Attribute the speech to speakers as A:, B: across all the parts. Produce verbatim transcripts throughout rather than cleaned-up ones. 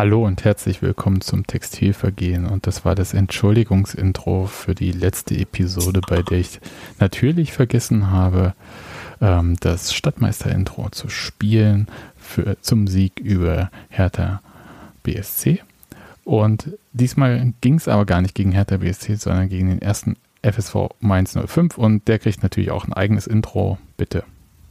A: Hallo und herzlich willkommen zum Textilvergehen, und das war das Entschuldigungsintro für die letzte Episode, bei der ich natürlich vergessen habe, ähm, das Stadtmeister-Intro zu spielen für, zum Sieg über Hertha B S C. Und diesmal ging es aber gar nicht gegen Hertha B S C, sondern gegen den ersten F S V Mainz null fünf, und der kriegt natürlich auch ein eigenes Intro, bitte.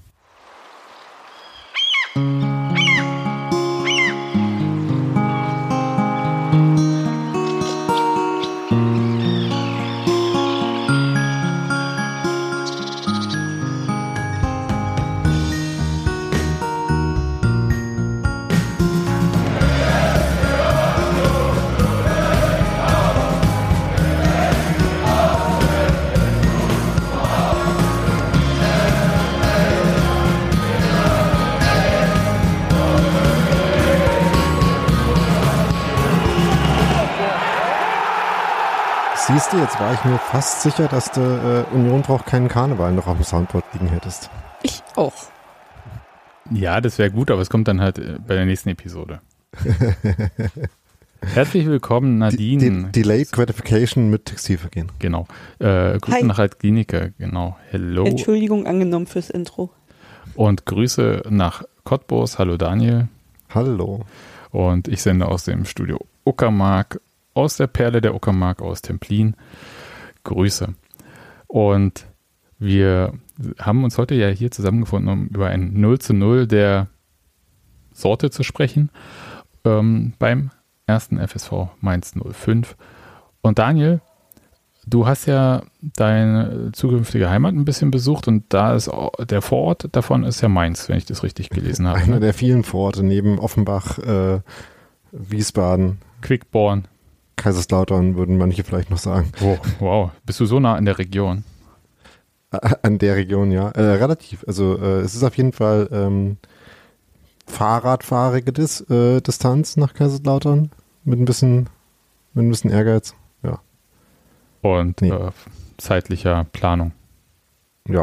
B: Siehst du, jetzt war ich mir fast sicher, dass du äh, Union braucht keinen Karneval noch auf dem Soundboard liegen hättest.
C: Ich auch.
A: Ja, das wäre gut, aber es kommt dann halt äh, bei der nächsten Episode. Herzlich willkommen, Nadine.
B: De- de- Delayed Gratification mit Textilvergehen.
A: Genau. Äh, Grüße
C: Hi.
A: nach Altkliniker, genau. Hello.
C: Entschuldigung angenommen fürs Intro.
A: Und Grüße nach Cottbus. Hallo Daniel.
B: Hallo.
A: Und ich sende aus dem Studio Uckermark, aus der Perle der Uckermark, aus Templin. Grüße. Und wir haben uns heute ja hier zusammengefunden, um über ein null zu null der Sorte zu sprechen, ähm, beim ersten F S V Mainz null fünf. Und Daniel, du hast ja deine zukünftige Heimat ein bisschen besucht, und da ist auch, der Vorort davon ist ja Mainz, wenn ich das richtig gelesen habe.
B: Einer
A: Ne?
B: der vielen Vororte neben Offenbach, äh, Wiesbaden,
A: Quickborn.
B: Kaiserslautern würden manche vielleicht noch sagen.
A: Oh, wow, bist du so nah in der Region?
B: Äh, An der Region, ja. Äh, relativ. Also äh, es ist auf jeden Fall ähm, fahrradfahrige Dis, äh, Distanz nach Kaiserslautern mit ein bisschen, mit ein bisschen Ehrgeiz. Ja.
A: Und
B: Nee.
A: äh, zeitlicher Planung.
B: Ja.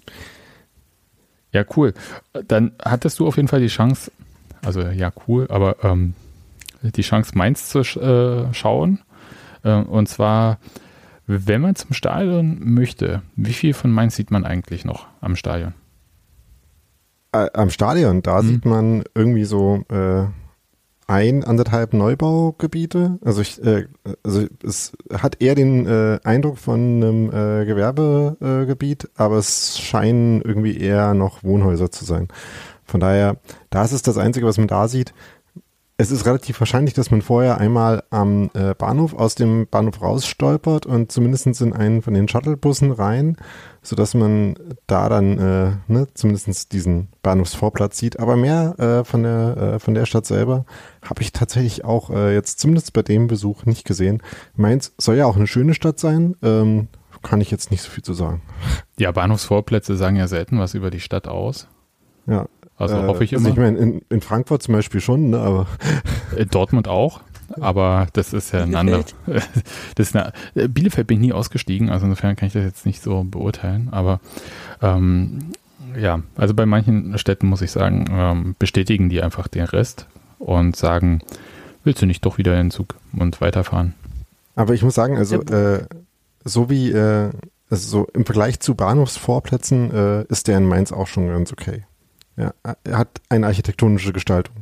A: Ja, cool. Dann hattest du auf jeden Fall die Chance, also ja, cool, aber ähm, die Chance, Mainz zu sch- äh, schauen. Äh, und zwar, wenn man zum Stadion möchte, wie viel von Mainz sieht man eigentlich noch am Stadion?
B: Äh, Am Stadion, da
A: Mhm.
B: sieht man irgendwie so äh, ein, anderthalb Neubaugebiete. Also ich, äh, also es hat eher den äh, Eindruck von einem äh, Gewerbegebiet, äh, Gebiet, aber es scheinen irgendwie eher noch Wohnhäuser zu sein. Von daher, das ist das Einzige, was man da sieht. Es ist relativ wahrscheinlich, dass man vorher einmal am äh, Bahnhof aus dem Bahnhof rausstolpert und zumindest in einen von den Shuttlebussen rein, sodass man da dann äh, ne, zumindest diesen Bahnhofsvorplatz sieht. Aber mehr äh, von der äh, von der Stadt selber habe ich tatsächlich auch äh, jetzt zumindest bei dem Besuch nicht gesehen. Mainz soll ja auch eine schöne Stadt sein, ähm, kann ich jetzt nicht so viel zu sagen.
A: Ja, Bahnhofsvorplätze sagen ja selten was über die Stadt aus.
B: Ja.
A: Also
B: äh,
A: hoffe ich
B: also
A: immer.
B: ich meine, in, in Frankfurt zum Beispiel schon, ne, aber
A: Äh, Dortmund auch, aber das ist ja ein anderer. Das ist eine, äh, Bielefeld bin ich nie ausgestiegen, also insofern kann ich das jetzt nicht so beurteilen, aber ähm, ja, also bei manchen Städten muss ich sagen, ähm, bestätigen die einfach den Rest und sagen, willst du nicht doch wieder in den Zug und weiterfahren?
B: Aber ich muss sagen, also äh, so wie äh, also so im Vergleich zu Bahnhofsvorplätzen äh, ist der in Mainz auch schon ganz okay. Ja, er hat eine architektonische Gestaltung.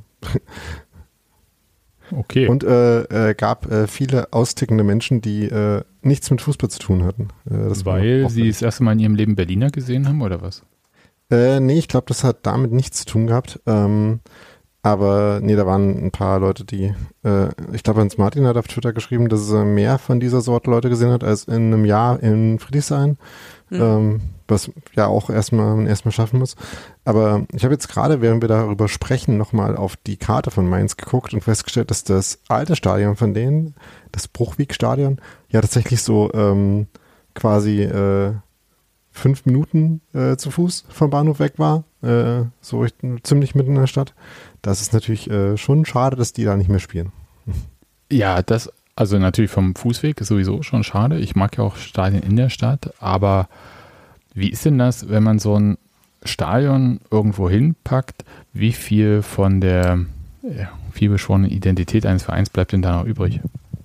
A: Okay.
B: Und äh, äh, gab äh, viele austickende Menschen, die äh, nichts mit Fußball zu tun hatten. Äh, das war
A: Weil
B: auch
A: sie das erste Mal in ihrem Leben Berliner gesehen haben, oder was?
B: Äh, nee, ich glaube, das hat damit nichts zu tun gehabt. Ähm, aber nee, da waren ein paar Leute, die, äh, ich glaube, Hans Martin hat auf Twitter geschrieben, dass er mehr von dieser Sorte Leute gesehen hat als in einem Jahr in Friedrichshain.
C: Mhm.
B: Ähm, was ja auch erstmal man erstmal schaffen muss. Aber ich habe jetzt gerade, während wir darüber sprechen, nochmal auf die Karte von Mainz geguckt und festgestellt, dass das alte Stadion von denen, das Bruchweg-Stadion, ja tatsächlich so ähm, quasi äh, fünf Minuten äh, zu Fuß vom Bahnhof weg war, äh, so richt- ziemlich mitten in der Stadt. Das ist natürlich äh, schon schade, dass die da nicht mehr spielen.
A: Ja, das, also natürlich vom Fußweg ist sowieso schon schade. Ich mag ja auch Stadien in der Stadt, aber wie ist denn das, wenn man so ein Stadion irgendwo hinpackt, wie viel von der ja, vielbeschworene Identität eines Vereins bleibt denn da noch übrig?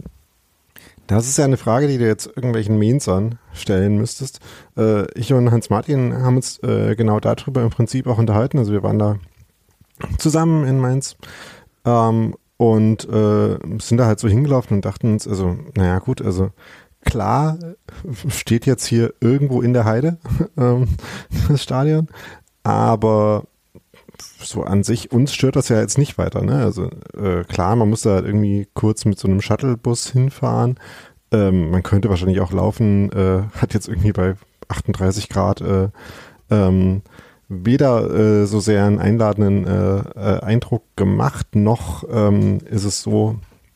B: Das ist ja eine Frage, die du jetzt irgendwelchen Mainzern stellen müsstest. Äh, ich und Hans-Martin haben uns äh, genau darüber im Prinzip auch unterhalten. Also wir waren da zusammen in Mainz ähm, und äh, sind da halt so hingelaufen und dachten uns, also naja gut, also klar steht jetzt hier irgendwo in der Heide ähm, das Stadion, aber so an sich, uns stört das ja jetzt nicht weiter, ne? Also äh, klar, man muss da halt irgendwie kurz mit so einem Shuttlebus hinfahren. Ähm, man könnte wahrscheinlich auch laufen, äh, hat jetzt irgendwie bei achtunddreißig Grad äh, ähm, weder äh, so sehr einen einladenden äh, äh, Eindruck gemacht, noch ähm, ist es so,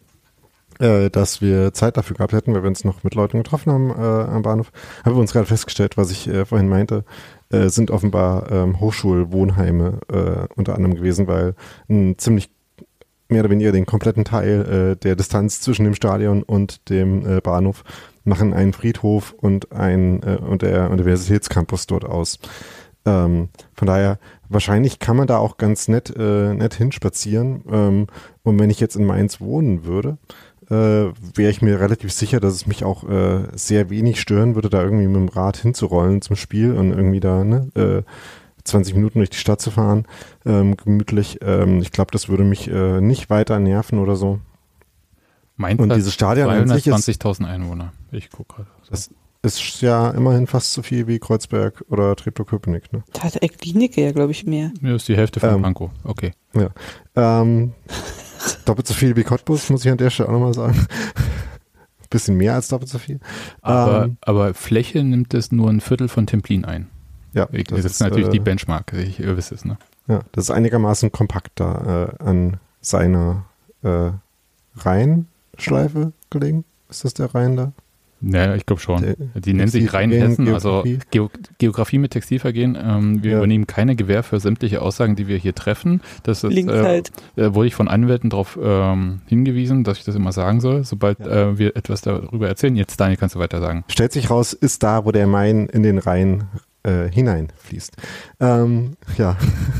B: äh, dass wir Zeit dafür gehabt hätten, weil wir uns noch mit Leuten getroffen haben äh, am Bahnhof. Haben wir uns gerade festgestellt, was ich äh, vorhin meinte, äh, sind offenbar ähm, Hochschulwohnheime äh, unter anderem gewesen, weil ein ziemlich mehr oder weniger den kompletten Teil äh, der Distanz zwischen dem Stadion und dem äh, Bahnhof machen einen Friedhof und ein äh, und der Universitätscampus dort aus. Ähm, von daher, wahrscheinlich kann man da auch ganz nett, äh, nett hinspazieren. Ähm, und wenn ich jetzt in Mainz wohnen würde, äh, wäre ich mir relativ sicher, dass es mich auch äh, sehr wenig stören würde, da irgendwie mit dem Rad hinzurollen zum Spiel und irgendwie da ne, äh, zwanzig Minuten durch die Stadt zu fahren, ähm, gemütlich. Ähm, ich glaube, das würde mich äh, nicht weiter nerven oder so.
A: Mainz
B: und dieses Stadion an sich ist
A: zweihundertzwanzigtausend Einwohner. Ich gucke gerade. So.
B: Das ist ja immerhin fast so viel wie Kreuzberg oder Treptow-Köpenick. Ne?
C: Da hat Ecklinike ja, glaube ich, mehr.
A: Ja, ist die Hälfte von
B: Ähm,
A: Pankow. Okay.
B: Ja. Ähm, doppelt so viel wie Cottbus, muss ich an der Stelle auch nochmal sagen. Bisschen mehr als doppelt so viel.
A: Aber,
B: ähm,
A: aber Fläche nimmt es nur ein Viertel von Templin ein.
B: Ja,
A: das,
B: das
A: ist
B: ist
A: natürlich
B: äh,
A: die Benchmark, ich, ihr wisst es, ne?
B: Ja, das ist einigermaßen kompakt da äh, an seiner äh, Rheinschleife gelegen. Ist das der Rhein da?
A: Ja, ich glaube schon.
B: Der
A: Die nennen sich Rheinhessen, also
B: Geografie.
A: Geo Geografie mit Textilvergehen. Ähm, wir
B: Ja.
A: übernehmen keine Gewähr für sämtliche Aussagen, die wir hier treffen. Das ist,
C: Links
A: äh,
C: halt.
A: äh, wurde ich von Anwälten darauf ähm, hingewiesen, dass ich das immer sagen soll, sobald
B: Ja.
A: äh, wir etwas darüber erzählen. Jetzt, Daniel, kannst du weiter sagen.
B: Stellt sich raus, ist da, wo der Main in den Rhein äh, hineinfließt. Ähm, ja.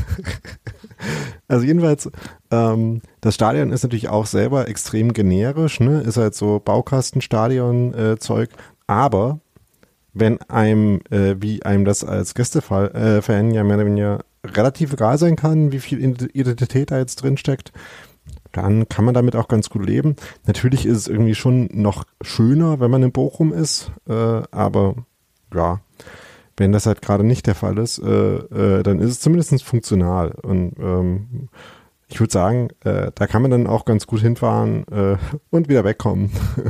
B: Also jedenfalls, ähm, das Stadion ist natürlich auch selber extrem generisch, ne? Ist halt so Baukastenstadion-Zeug, aber wenn einem, äh, wie einem das als Gästefan äh, Fan ja mehr oder weniger relativ egal sein kann, wie viel Identität da jetzt drin steckt, dann kann man damit auch ganz gut leben. Natürlich ist es irgendwie schon noch schöner, wenn man in Bochum ist, äh, aber ja, wenn das halt gerade nicht der Fall ist, äh, äh, dann ist es zumindest funktional. Und ähm, ich würde sagen, äh, da kann man dann auch ganz gut hinfahren äh, und wieder wegkommen.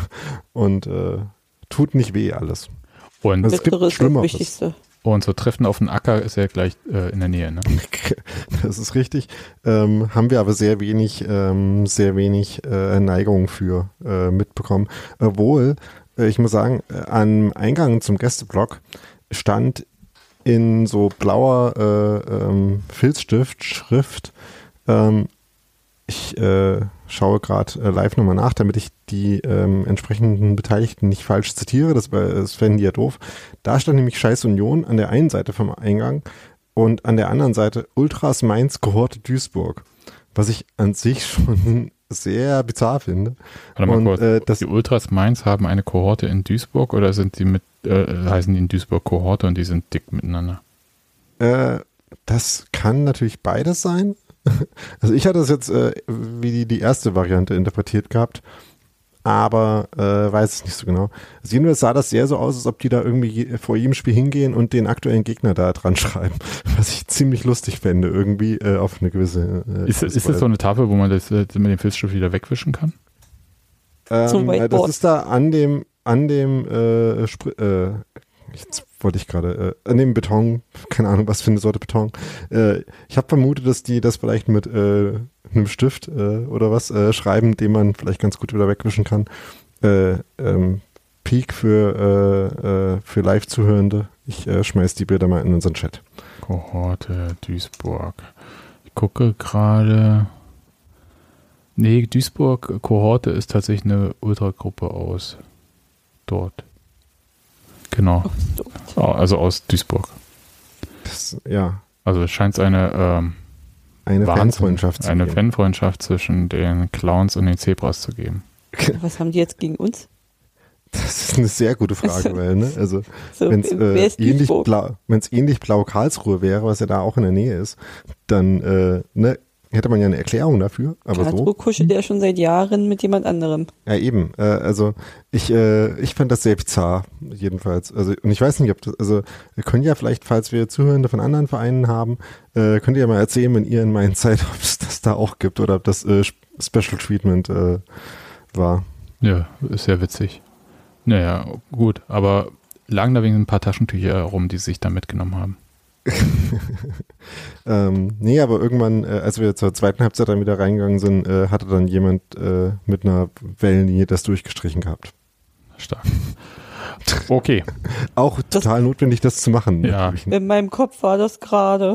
B: und äh, tut nicht weh alles.
A: Und,
B: Also es gibt
C: Letzteres ist das
B: Schlimmeres.
C: Wichtigste.
A: und so Treffen auf dem Acker ist ja gleich äh, in der Nähe, ne?
B: Das ist richtig. Ähm, haben wir aber sehr wenig, ähm, sehr wenig äh, Neigung für äh, mitbekommen. Obwohl, äh, ich muss sagen, äh, am Eingang zum Gästeblock stand in so blauer äh, ähm, Filzstift-Schrift, ähm, ich äh, schaue gerade äh, live nochmal nach, damit ich die ähm, entsprechenden Beteiligten nicht falsch zitiere, das, das fänden die ja doof. Da stand nämlich Scheiß Union an der einen Seite vom Eingang und an der anderen Seite Ultras Mainz Kohorte Duisburg, was ich an sich schon sehr bizarr finde.
A: Warte mal
B: Und,
A: kurz.
B: äh, das,
A: Die Ultras Mainz haben eine Kohorte in Duisburg oder sind die mit, äh, heißen die in Duisburg Kohorte und die sind dick miteinander?
B: Äh, das kann natürlich beides sein. Also ich hatte das jetzt äh, wie die, die erste Variante interpretiert gehabt, aber äh, weiß es nicht so genau. Also jedenfalls sah das sehr so aus, als ob die da irgendwie je, vor jedem Spiel hingehen und den aktuellen Gegner da dran schreiben, was ich ziemlich lustig fände, irgendwie äh, auf eine gewisse äh,
A: Ist, ist das so eine Tafel, wo man das äh, mit dem Filzstift wieder wegwischen kann?
C: Zum
B: ähm, äh,
C: Whiteboard.
B: Das ist da an dem, an dem äh, Spr äh, jetzt wollte ich gerade, äh, an dem Beton, keine Ahnung, was für eine Sorte Beton. Äh, ich habe vermutet, dass die das vielleicht mit äh, einem Stift äh, oder was äh, schreiben, den man vielleicht ganz gut wieder wegwischen kann. Äh, ähm, Peak für, äh, äh, für Live-Zuhörende. Ich äh, schmeiß die Bilder mal in unseren Chat.
A: Kohorte Duisburg. Ich gucke gerade. Nee, Duisburg Kohorte ist tatsächlich eine Ultragruppe aus dort. Genau. Oh, also aus Duisburg.
B: Das, ja.
A: Also es scheint eine ähm,
B: eine
A: Wahnsinn,
B: Fanfreundschaft zu
A: eine
B: geben.
A: Fanfreundschaft zwischen den Clowns und den Zebras zu geben.
C: Was haben die jetzt gegen uns?
B: Das ist eine sehr gute Frage, weil, ne, also
C: So,
B: wenn es
C: wer
B: äh,
C: ist die
B: ähnlich,
C: Frau?
B: blau, wenn's ähnlich blau Karlsruhe wäre, was ja da auch in der Nähe ist, dann äh, ne, hätte man ja eine Erklärung dafür, aber
C: Karlsruhe
B: so.
C: kuschelt ja schon seit Jahren mit jemand anderem.
B: Ja, eben. Äh, also ich, äh, ich fand das sehr bizarr, jedenfalls. Also und ich weiß nicht, ob das, also wir können ja vielleicht, falls wir Zuhörende von anderen Vereinen haben, äh, könnt ihr ja mal erzählen, wenn ihr in meinen Zeit, ob es das da auch gibt oder ob das äh, Special Treatment äh, war.
A: Ja, ist ja witzig. Naja, gut, aber lagen da wegen ein paar Taschentücher rum, die sie sich da mitgenommen haben.
B: ähm, nee, aber irgendwann, äh, als wir zur zweiten Halbzeit dann wieder reingegangen sind, äh, hatte dann jemand äh, mit einer Wellenlinie das durchgestrichen gehabt.
A: Stark. Okay.
B: Auch
C: Das-
B: total notwendig, das zu machen.
A: Ja.
B: natürlich, ne?
C: In meinem Kopf war das gerade.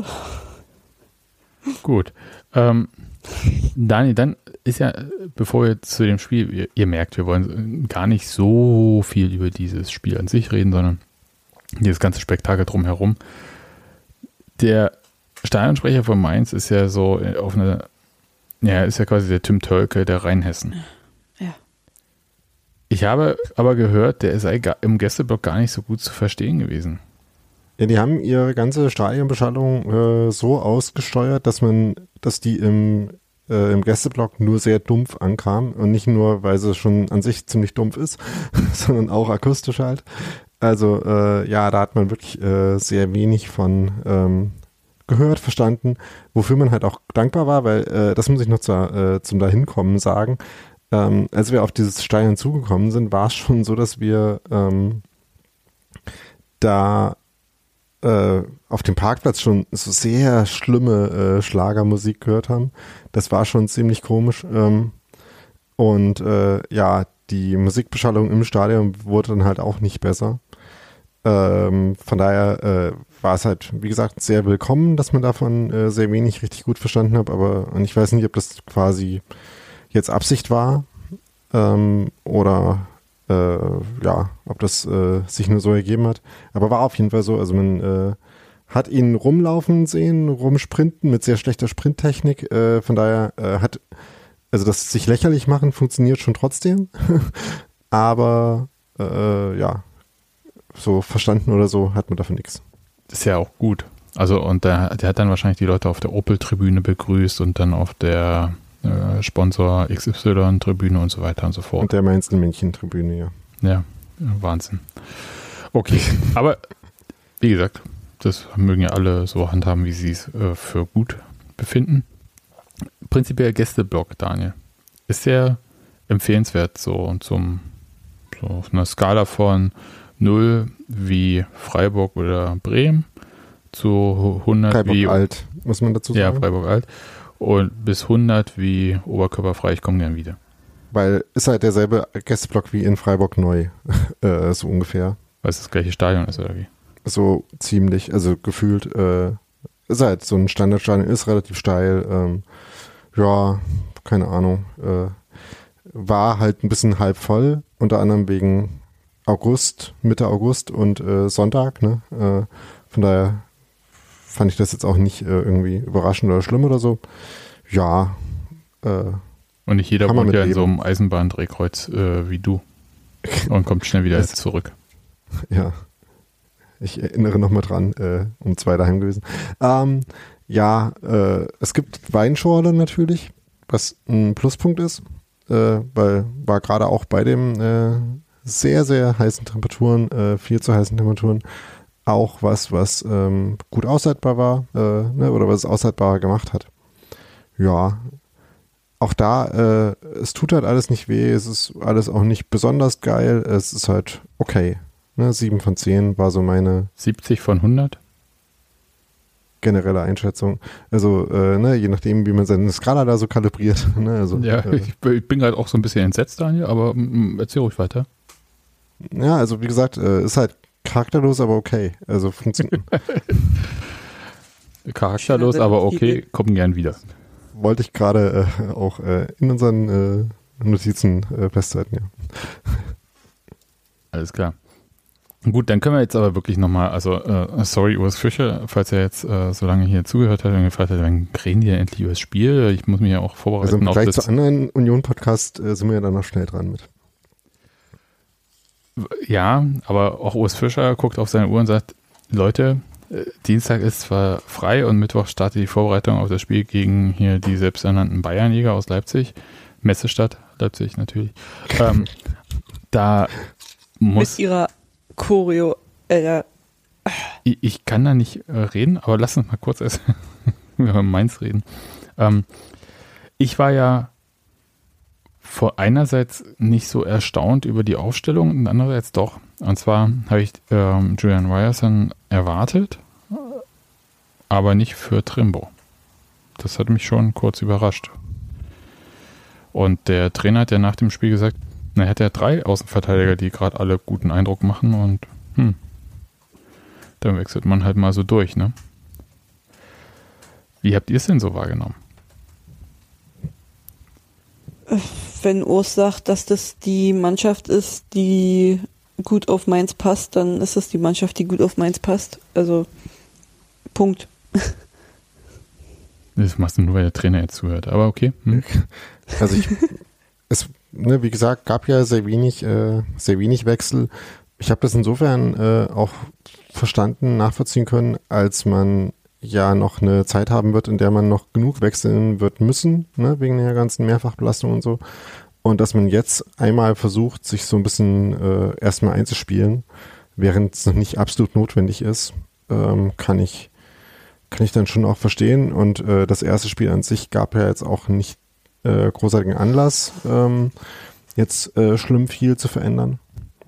A: Gut. Ähm, Daniel, dann ist ja, bevor wir zu dem Spiel, ihr, ihr merkt, wir wollen gar nicht so viel über dieses Spiel an sich reden, sondern dieses ganze Spektakel drumherum. Der Stadionsprecher von Mainz ist ja so auf eine, ja, ist ja quasi der Tim Tölke der Rheinhessen.
C: Ja.
A: Ich habe aber gehört, der sei gar, im Gästeblock gar nicht so gut zu verstehen gewesen.
B: Ja, die haben ihre ganze Stadionbeschallung äh, so ausgesteuert, dass man, dass die im, äh, im Gästeblock nur sehr dumpf ankam und nicht nur, weil sie schon an sich ziemlich dumpf ist, sondern auch akustisch halt. Also äh, ja, da hat man wirklich äh, sehr wenig von ähm, gehört, verstanden, wofür man halt auch dankbar war, weil äh, das muss ich noch zu, äh, zum Dahinkommen sagen. Ähm, als wir auf dieses Stadion zugekommen sind, war es schon so, dass wir ähm, da äh, auf dem Parkplatz schon so sehr schlimme äh, Schlagermusik gehört haben. Das war schon ziemlich komisch. Ähm, und äh, ja, die Musikbeschallung im Stadion wurde dann halt auch nicht besser. Ähm, von daher äh, war es halt, wie gesagt, sehr willkommen, dass man davon äh, sehr wenig richtig gut verstanden hat. Aber und ich weiß nicht, ob das quasi jetzt Absicht war ähm, oder äh, ja, ob das äh, sich nur so ergeben hat. Aber war auf jeden Fall so. Also man äh, hat ihn rumlaufen sehen, rumsprinten mit sehr schlechter Sprinttechnik. Äh, von daher äh, hat, also das sich lächerlich machen funktioniert schon trotzdem. Aber äh, ja, so verstanden oder so hat man davon nichts.
A: Das ist ja auch gut. Also und der, der hat dann wahrscheinlich die Leute auf der Opel-Tribüne begrüßt und dann auf der äh, Sponsor X Y-Tribüne und so weiter und so fort.
B: Und der Mainz-Männchen-Tribüne, ja.
A: Ja, Wahnsinn. Okay, aber wie gesagt, das mögen ja alle so handhaben, wie sie es äh, für gut befinden. Prinzipiell Gästeblock, Daniel. Ist sehr empfehlenswert, so zum so auf einer Skala von null wie Freiburg oder Bremen zu hundert
B: Freiburg
A: wie
B: alt, muss man dazu
A: ja,
B: sagen.
A: Freiburg alt und bis hundert wie oberkörperfrei, ich komme gern wieder.
B: Weil ist halt derselbe Gästeblock wie in Freiburg neu, äh, so ungefähr.
A: Weil es das gleiche Stadion ist, oder wie?
B: So ziemlich, also gefühlt, äh, ist halt so ein Standardstadion, ist relativ steil, ähm, ja, keine Ahnung, äh, war halt ein bisschen halb voll, unter anderem wegen August, Mitte August und äh, Sonntag, ne, äh, von daher fand ich das jetzt auch nicht äh, irgendwie überraschend oder schlimm oder so. Ja, äh,
A: Und nicht jeder
B: Kann man
A: wohnt ja in
B: mitleben.
A: so einem Eisenbahndrehkreuz äh, wie du und kommt schnell wieder
B: Das-
A: zurück.
B: ja. Ich erinnere nochmal dran, äh, um zwei daheim gewesen. Ähm, ja, äh, es gibt Weinschorle natürlich, was ein Pluspunkt ist, äh, weil war gerade auch bei den äh, sehr, sehr heißen Temperaturen, äh, viel zu heißen Temperaturen, auch was, was ähm, gut aushaltbar war, äh, ne, oder was es aushaltbar gemacht hat. Ja, auch da, äh, es tut halt alles nicht weh, es ist alles auch nicht besonders geil, es ist halt okay. Ne, sieben von zehn war so meine
A: siebzig von hundert?
B: generelle Einschätzung. Also, äh, ne, je nachdem, wie man seine Skala da so kalibriert. Ne, also,
A: Ja,
B: äh,
A: ich, ich bin gerade auch so ein bisschen entsetzt, Daniel, aber mm, erzähl ruhig weiter.
B: ja, also wie gesagt, äh, ist halt charakterlos, aber okay. Also funktioniert.
A: Charakterlos,
C: Schöner
A: aber
C: Titel.
A: okay, kommen gern wieder.
B: Wollte ich gerade äh, auch äh, in unseren äh, Notizen äh, festhalten, ja.
A: Alles klar. Gut, dann können wir jetzt aber wirklich nochmal, also äh, sorry, Urs Fischer, falls er jetzt äh, so lange hier zugehört hat und gefragt hat, dann reden die ja endlich über das Spiel. Ich muss mich ja auch vorbereiten.
B: Also im Vergleich
A: auf das,
B: zu anderen Union-Podcasts äh, sind wir ja dann noch schnell dran mit.
A: Ja, aber auch Urs Fischer guckt auf seine Uhr und sagt, Leute, äh, Dienstag ist zwar frei und Mittwoch startet die Vorbereitung auf das Spiel gegen hier die selbsternannten Bayernjäger aus Leipzig, Messestadt, Leipzig natürlich. Ähm, da muss...
C: Mit ihrer Choreo, äh,
A: Ich, ich kann da nicht äh, reden, aber lass uns mal kurz erst über Mainz reden. Ähm, ich war ja vor einerseits nicht so erstaunt über die Aufstellung und andererseits doch. Und zwar habe ich ähm, Julian Ryerson erwartet, aber nicht für Trimbo. Das hat mich schon kurz überrascht. Und der Trainer hat ja nach dem Spiel gesagt, na, er hat ja drei Außenverteidiger, die gerade alle guten Eindruck machen und hm, dann wechselt man halt mal so durch, ne? Wie habt ihr es denn so wahrgenommen?
C: wenn Urs sagt, dass das die Mannschaft ist, die gut auf Mainz passt, dann ist das die Mannschaft, die gut auf Mainz passt. Also, Punkt.
A: Das machst du nur, weil der Trainer jetzt zuhört, aber okay. Hm.
B: Also ich, es, ne, wie gesagt, gab ja sehr wenig, äh, sehr wenig Wechsel. Ich habe das insofern äh, auch verstanden, nachvollziehen können, als man ja noch eine Zeit haben wird, in der man noch genug wechseln wird müssen, ne, wegen der ganzen Mehrfachbelastung und so. Und dass man jetzt einmal versucht, sich so ein bisschen äh, erstmal einzuspielen, während es noch nicht absolut notwendig ist, ähm, kann ich kann ich dann schon auch verstehen. Und äh, das erste Spiel an sich gab ja jetzt auch nicht äh, großartigen Anlass, ähm, jetzt äh, schlimm viel zu verändern.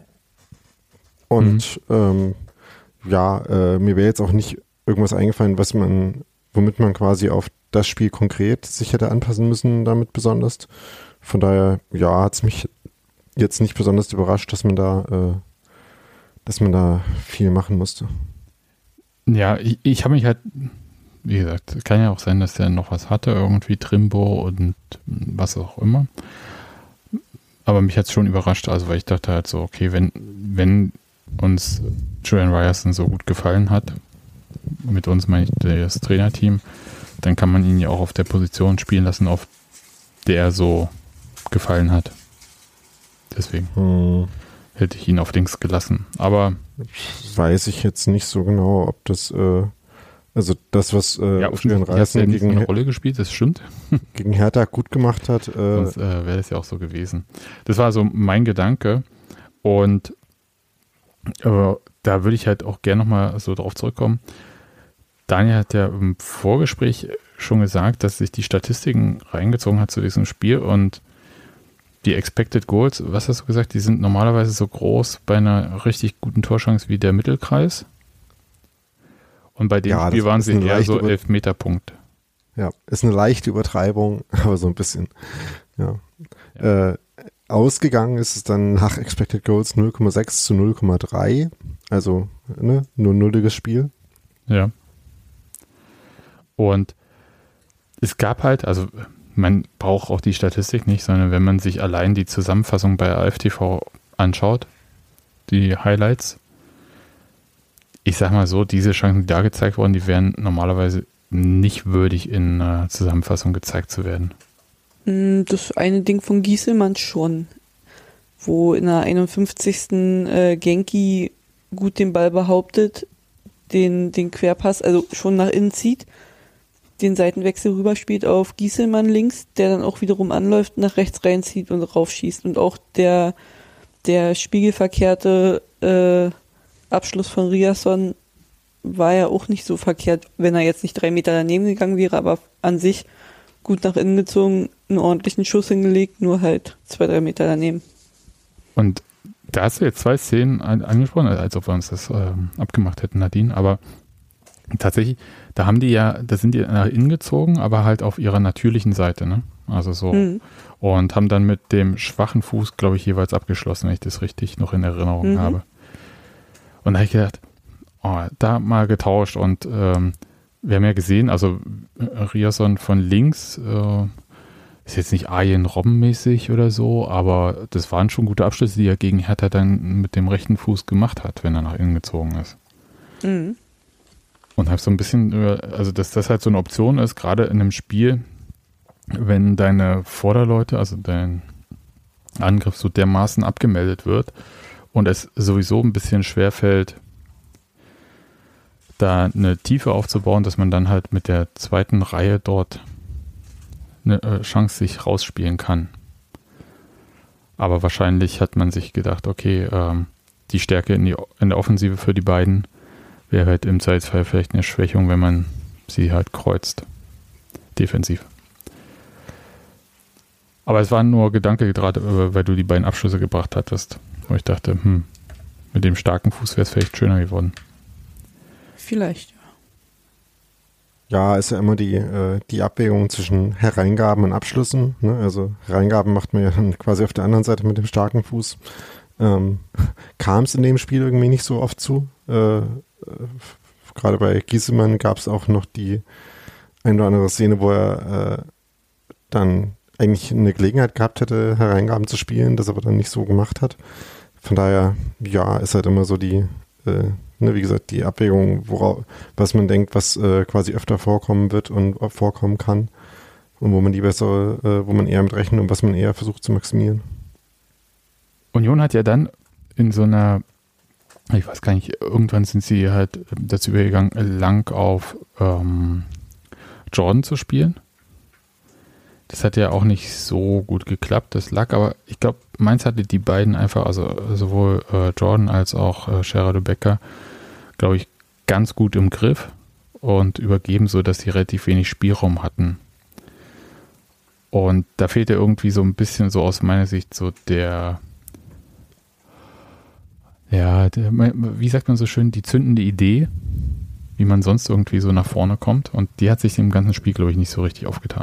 B: Und mhm. ähm, ja, äh, mir wäre jetzt auch nicht irgendwas eingefallen, was man, womit man quasi auf das Spiel konkret sich hätte anpassen müssen, damit besonders. Von daher, ja, hat es mich jetzt nicht besonders überrascht, dass man da, äh, dass man da viel machen musste.
A: Ja, ich, ich habe mich halt, wie gesagt, kann ja auch sein, dass der noch was hatte, irgendwie Trimbo und was auch immer. Aber mich hat es schon überrascht, also weil ich dachte halt so, okay, wenn, wenn uns Julian Ryerson so gut gefallen hat, mit uns meine ich das Trainerteam, dann kann man ihn ja auch auf der Position spielen lassen, auf der er so gefallen hat. Deswegen hm. hätte ich ihn auf links gelassen. Aber
B: weiß ich jetzt nicht so genau, ob das, äh, also das, was äh,
A: ja, Julian Ryerson gegen eine Rolle gespielt, das stimmt.
B: Gegen Hertha gut gemacht hat. Äh,
A: Sonst äh, wäre das ja auch so gewesen. Das war so mein Gedanke. Und äh, da würde ich halt auch gerne nochmal so drauf zurückkommen. Daniel hat ja im Vorgespräch schon gesagt, dass sich die Statistiken reingezogen hat zu diesem Spiel und die Expected Goals, was hast du gesagt, die sind normalerweise so groß bei einer richtig guten Torchance wie der Mittelkreis. Und bei dem ja, Spiel waren sie eher so Elfmeterpunkte.
B: Ja, ist eine leichte Übertreibung, aber so ein bisschen. Ja. Ja. Äh, ausgegangen ist es dann nach Expected Goals null Komma sechs zu null Komma drei. Also ne, nur ein nulliges Spiel.
A: Ja. Und es gab halt, also man braucht auch die Statistik nicht, sondern wenn man sich allein die Zusammenfassung bei A F T V anschaut, die Highlights, ich sag mal so, diese Chancen, die da gezeigt wurden, die wären normalerweise nicht würdig in einer Zusammenfassung gezeigt zu werden.
C: Das eine Ding von Gieselmann schon, wo in der einundfünfzigsten Äh, Genki gut den Ball behauptet, den, den Querpass, also schon nach innen zieht, den Seitenwechsel rüberspielt auf Gieselmann links, der dann auch wiederum anläuft, nach rechts reinzieht und raufschießt. Und auch der, der spiegelverkehrte äh, Abschluss von Ryerson war ja auch nicht so verkehrt, wenn er jetzt nicht drei Meter daneben gegangen wäre, aber an sich gut nach innen gezogen, einen ordentlichen Schuss hingelegt, nur halt zwei, drei Meter daneben.
A: Und da hast du jetzt zwei Szenen an, angesprochen, als ob wir uns das äh, abgemacht hätten, Nadine, aber tatsächlich, da haben die ja, da sind die nach innen gezogen, aber halt auf ihrer natürlichen Seite, ne? Also so. Mhm. Und haben dann mit dem schwachen Fuß, glaube ich, jeweils abgeschlossen, wenn ich das richtig noch in Erinnerung mhm. habe. Und da habe ich gedacht, oh, da mal getauscht und ähm, wir haben ja gesehen, also Ryerson von links äh, ist jetzt nicht Arjen Robben-mäßig oder so, aber das waren schon gute Abschlüsse, die er gegen Hertha dann mit dem rechten Fuß gemacht hat, wenn er nach innen gezogen ist.
C: Mhm.
A: Und habe so ein bisschen, also dass das halt so eine Option ist, gerade in einem Spiel, wenn deine Vorderleute, also dein Angriff so dermaßen abgemeldet wird und es sowieso ein bisschen schwerfällt, da eine Tiefe aufzubauen, dass man dann halt mit der zweiten Reihe dort eine Chance sich rausspielen kann. Aber wahrscheinlich hat man sich gedacht, okay, ähm, die Stärke in, die, in der Offensive für die beiden wäre halt im Zweifelsfall vielleicht eine Schwächung, wenn man sie halt kreuzt. Defensiv. Aber es war nur Gedanke, gerade weil du die beiden Abschlüsse gebracht hattest, wo ich dachte, hm, mit dem starken Fuß wäre es vielleicht schöner geworden.
C: Vielleicht, ja.
B: Ja, ist ja immer die, äh, die Abwägung zwischen Hereingaben und Abschlüssen. Ne? Also Hereingaben macht man ja dann quasi auf der anderen Seite mit dem starken Fuß. Ähm, kam es in dem Spiel irgendwie nicht so oft zu. Äh, äh, gerade bei Giesemann gab es auch noch die ein oder andere Szene, wo er äh, dann eigentlich eine Gelegenheit gehabt hätte, Hereingaben zu spielen, das aber dann nicht so gemacht hat. Von daher, ja, ist halt immer so die äh, Ne, wie gesagt, die Abwägung, worauf, was man denkt, was äh, quasi öfter vorkommen wird und vorkommen kann und wo man die besser, äh, wo man eher mit rechnet und was man eher versucht zu maximieren.
A: Union hat ja dann in so einer, ich weiß gar nicht, irgendwann sind sie halt dazu übergegangen, lang auf ähm, Jordan zu spielen. Das hat ja auch nicht so gut geklappt, das lag, aber ich glaube, Mainz hatte die beiden einfach, also sowohl äh, Jordan als auch äh, Gerardo Becker, glaube ich, ganz gut im Griff und übergeben, so dass sie relativ wenig Spielraum hatten. Und da fehlte irgendwie so ein bisschen so aus meiner Sicht so der, ja, der, wie sagt man so schön, die zündende Idee, wie man sonst irgendwie so nach vorne kommt. Und die hat sich im ganzen Spiel, glaube ich, nicht so richtig aufgetan.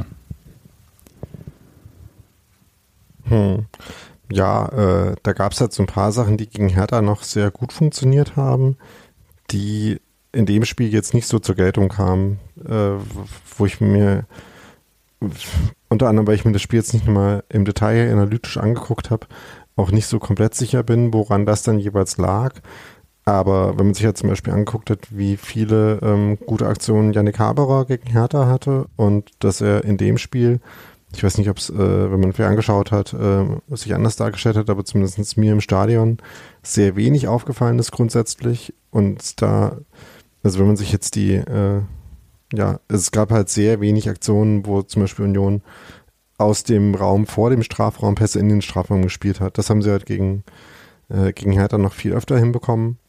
B: Hm. Ja, äh, da gab es halt so ein paar Sachen, die gegen Hertha noch sehr gut funktioniert haben, die in dem Spiel jetzt nicht so zur Geltung kamen, äh, wo ich mir unter anderem, weil ich mir das Spiel jetzt nicht nochmal im Detail analytisch angeguckt habe, auch nicht so komplett sicher bin, woran das dann jeweils lag. Aber wenn man sich ja zum Beispiel angeguckt hat, wie viele ähm, gute Aktionen Yannick Haberer gegen Hertha hatte und dass er in dem Spiel, ich weiß nicht, ob es, äh, wenn man viel angeschaut hat, äh, sich anders dargestellt hat, aber zumindest mir im Stadion sehr wenig aufgefallen ist grundsätzlich. Und da, also wenn man sich jetzt die, äh, ja, es gab halt sehr wenig Aktionen, wo zum Beispiel Union aus dem Raum vor dem Strafraum Pässe in den Strafraum gespielt hat. Das haben sie halt gegen, äh, gegen Hertha noch viel öfter hinbekommen.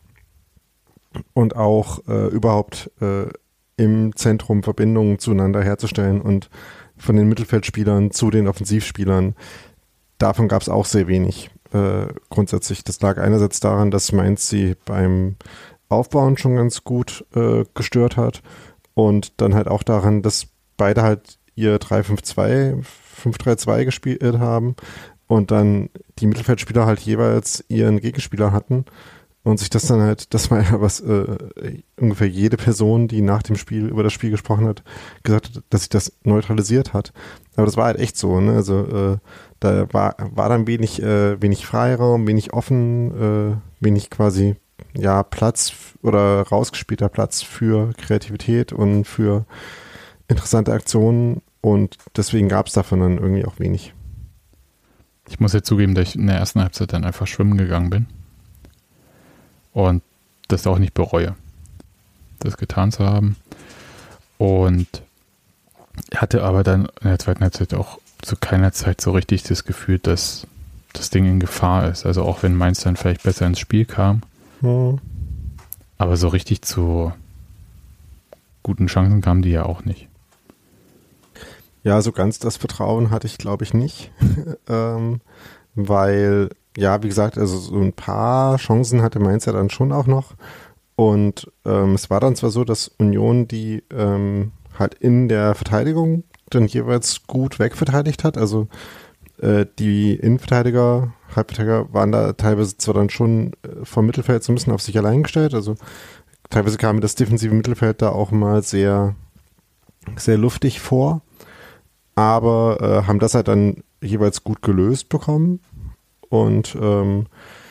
B: Und auch äh, überhaupt äh, im Zentrum Verbindungen zueinander herzustellen und von den Mittelfeldspielern zu den Offensivspielern. Davon gab es auch sehr wenig äh, grundsätzlich. Das lag einerseits daran, dass Mainz sie beim Aufbauen schon ganz gut äh, gestört hat und dann halt auch daran, dass beide halt ihr drei fünf zwei, fünf drei zwei gespielt haben und dann die Mittelfeldspieler halt jeweils ihren Gegenspieler hatten und sich das dann halt, das war ja was, äh, ungefähr jede Person, die nach dem Spiel über das Spiel gesprochen hat, gesagt hat, dass sich das neutralisiert hat. Aber das war halt echt so, ne? Also äh, da war, war dann wenig, äh, wenig Freiraum, wenig offen, äh, wenig quasi, ja, Platz oder rausgespielter Platz für Kreativität und für interessante Aktionen und deswegen gab es davon dann irgendwie auch wenig.
A: Ich muss jetzt zugeben, dass ich in der ersten Halbzeit dann einfach schwimmen gegangen bin. Und das auch nicht bereue, das getan zu haben. Und hatte aber dann in der zweiten Halbzeit auch zu keiner Zeit so richtig das Gefühl, dass das Ding in Gefahr ist. Also auch wenn Mainz dann vielleicht besser ins Spiel kam.
B: Hm.
A: Aber so richtig zu guten Chancen kamen die ja auch nicht.
B: Ja, so ganz das Vertrauen hatte ich, glaube ich, nicht. ähm, weil... Ja, wie gesagt, also so ein paar Chancen hatte Mainz ja dann schon auch noch. Und ähm, es war dann zwar so, dass Union die ähm, halt in der Verteidigung dann jeweils gut wegverteidigt hat. Also äh, die Innenverteidiger, Halbverteidiger waren da teilweise zwar dann schon äh, vom Mittelfeld so ein bisschen auf sich allein gestellt. Also teilweise kam mir das defensive Mittelfeld da auch mal sehr, sehr luftig vor. aber äh, haben das halt dann jeweils gut gelöst bekommen und ähm,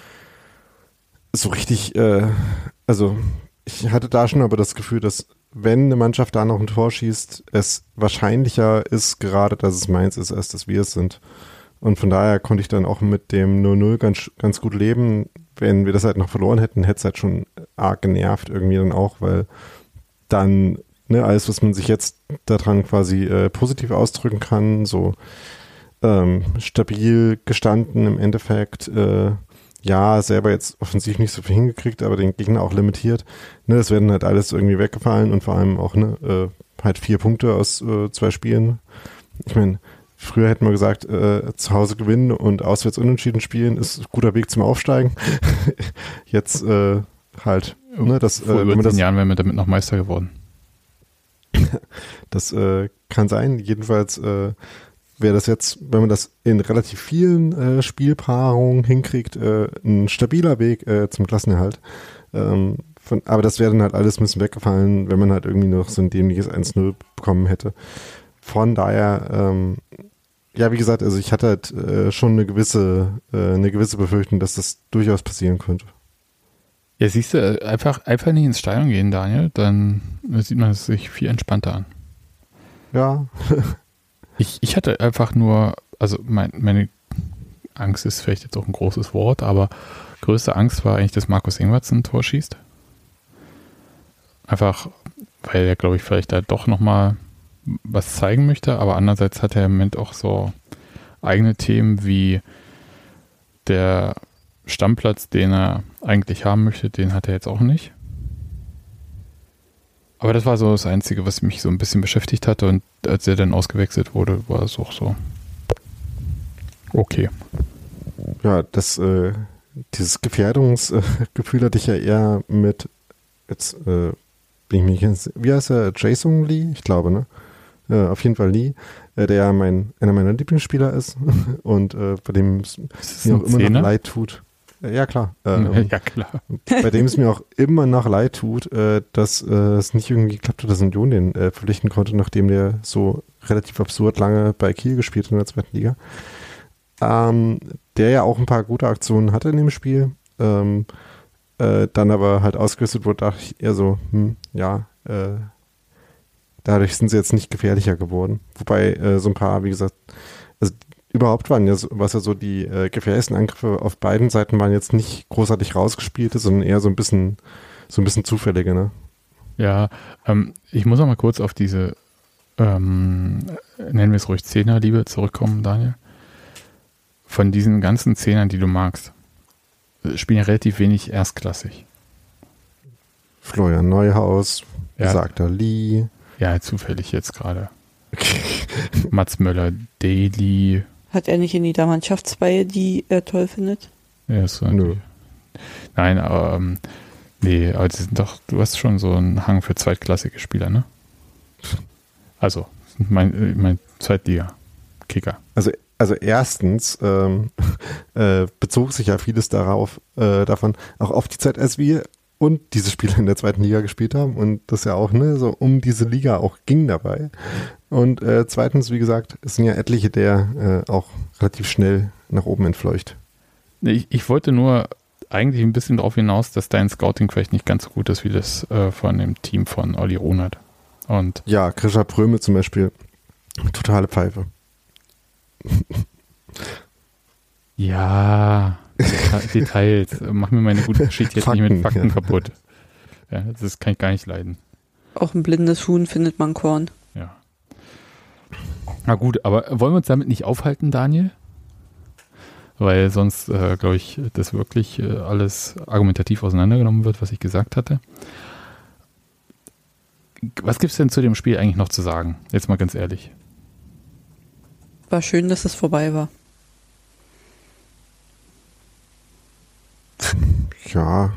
B: so richtig, äh, also ich hatte da schon aber das Gefühl, dass wenn eine Mannschaft da noch ein Tor schießt, es wahrscheinlicher ist gerade, dass es Mainz ist, als dass wir es sind. Und von daher konnte ich dann auch mit dem null null ganz, ganz gut leben. Wenn wir das halt noch verloren hätten, hätte es halt schon arg genervt irgendwie dann auch, weil dann ne, alles, was man sich jetzt daran quasi äh, positiv ausdrücken kann, so ähm, stabil gestanden im Endeffekt, äh, ja, selber jetzt offensiv nicht so viel hingekriegt, aber den Gegner auch limitiert. Ne, das werden halt alles irgendwie weggefallen und vor allem auch ne, äh, halt vier Punkte aus äh, zwei Spielen. Ich meine, früher hätten wir gesagt, äh, zu Hause gewinnen und auswärts unentschieden spielen ist ein guter Weg zum Aufsteigen. Jetzt äh, halt. Ne, das,
A: Vor
B: äh,
A: über
B: wenn man
A: zehn
B: das,
A: Jahren wären wir damit noch Meister geworden.
B: Das äh, kann sein. Jedenfalls äh, wäre das jetzt, wenn man das in relativ vielen äh, Spielpaarungen hinkriegt, äh, ein stabiler Weg äh, zum Klassenerhalt. Ähm, von, aber das wäre dann halt alles ein bisschen weggefallen, wenn man halt irgendwie noch so ein dämliches eins null bekommen hätte. Von daher, ähm, ja, wie gesagt, also ich hatte halt äh, schon eine gewisse, äh, eine gewisse Befürchtung, dass das durchaus passieren könnte.
A: Ja, siehst du, einfach, einfach nicht ins Stadion gehen, Daniel, dann sieht man es sich viel entspannter an.
B: Ja.
A: Ich, ich hatte einfach nur, also mein, meine Angst ist vielleicht jetzt auch ein großes Wort, aber größte Angst war eigentlich, dass Markus Ingwertsen ein Tor schießt. Einfach, weil er, glaube ich, vielleicht da doch nochmal was zeigen möchte, aber andererseits hat er im Moment auch so eigene Themen wie der Stammplatz, den er eigentlich haben möchte, den hat er jetzt auch nicht. Aber das war so das Einzige, was mich so ein bisschen beschäftigt hatte, und als er dann ausgewechselt wurde, war es auch so okay.
B: Ja, das, äh, dieses Gefährdungsgefühl hatte ich ja eher mit, jetzt äh, bin ich mich jetzt, wie heißt er, Jason Lee? Ich glaube, ne? Äh, auf jeden Fall Lee, äh, der ja mein, einer meiner Lieblingsspieler ist und äh, bei dem es mir auch immer noch leid tut. Äh, ja, klar. Ähm,
A: ja, klar.
B: Bei dem es mir auch immer noch leid tut, äh, dass äh, es nicht irgendwie geklappt hat, dass Union den äh, verpflichten konnte, nachdem der so relativ absurd lange bei Kiel gespielt hat in der zweiten Liga. Ähm, der ja auch ein paar gute Aktionen hatte in dem Spiel. Ähm, äh, dann aber halt ausgerüstet wurde, dachte ich eher so, hm, ja, äh, dadurch sind sie jetzt nicht gefährlicher geworden. Wobei äh, so ein paar, wie gesagt, also überhaupt waren ja, so, was ja so die äh, gefährlichsten Angriffe auf beiden Seiten waren jetzt nicht großartig rausgespielte, sondern eher so ein bisschen, so ein bisschen zufällige, ne?
A: Ja, ähm, ich muss noch mal kurz auf diese, ähm, nennen wir es ruhig Zehnerliebe zurückkommen, Daniel. Von diesen ganzen Zehnern, die du magst, spielen ja relativ wenig erstklassig.
B: Florian Neuhaus,
A: ja.
B: besagter Lee.
A: Ja, zufällig jetzt gerade. Mats Möller-Daly.
C: Hat er nicht in jeder Mannschaft zwei, die er toll findet?
A: Ja, ist so. Nö. Nein, aber ähm, nee, aber die sind doch, du hast schon so einen Hang für zweitklassige Spieler, ne? Also, mein, mein Zweitliga-Kicker.
B: Also, also erstens ähm, äh, bezog sich ja vieles darauf, äh, davon, auch auf die Zeit, als wir und diese Spieler in der zweiten Liga gespielt haben und das ja auch ne, so um diese Liga auch ging dabei. Und äh, zweitens, wie gesagt, es sind ja etliche, der äh, auch relativ schnell nach oben entfleucht.
A: Ich, ich wollte nur eigentlich ein bisschen darauf hinaus, dass dein Scouting vielleicht nicht ganz so gut ist wie das äh, von dem Team von Olli Runert. Und
B: ja, Grisha Pröme zum Beispiel, totale Pfeife.
A: Ja, Details. Mach mir meine gute Geschichte jetzt
B: Fakten,
A: nicht mit Fakten
B: ja.
A: kaputt. Ja, das kann ich gar nicht leiden.
C: Auch ein blindes Huhn findet man Korn.
A: Ja. Na gut, aber wollen wir uns damit nicht aufhalten, Daniel? Weil sonst, äh, glaube ich, das wirklich äh, alles argumentativ auseinandergenommen wird, was ich gesagt hatte. Was gibt es denn zu dem Spiel eigentlich noch zu sagen? Jetzt mal ganz ehrlich.
C: War schön, dass es vorbei war.
B: Ja.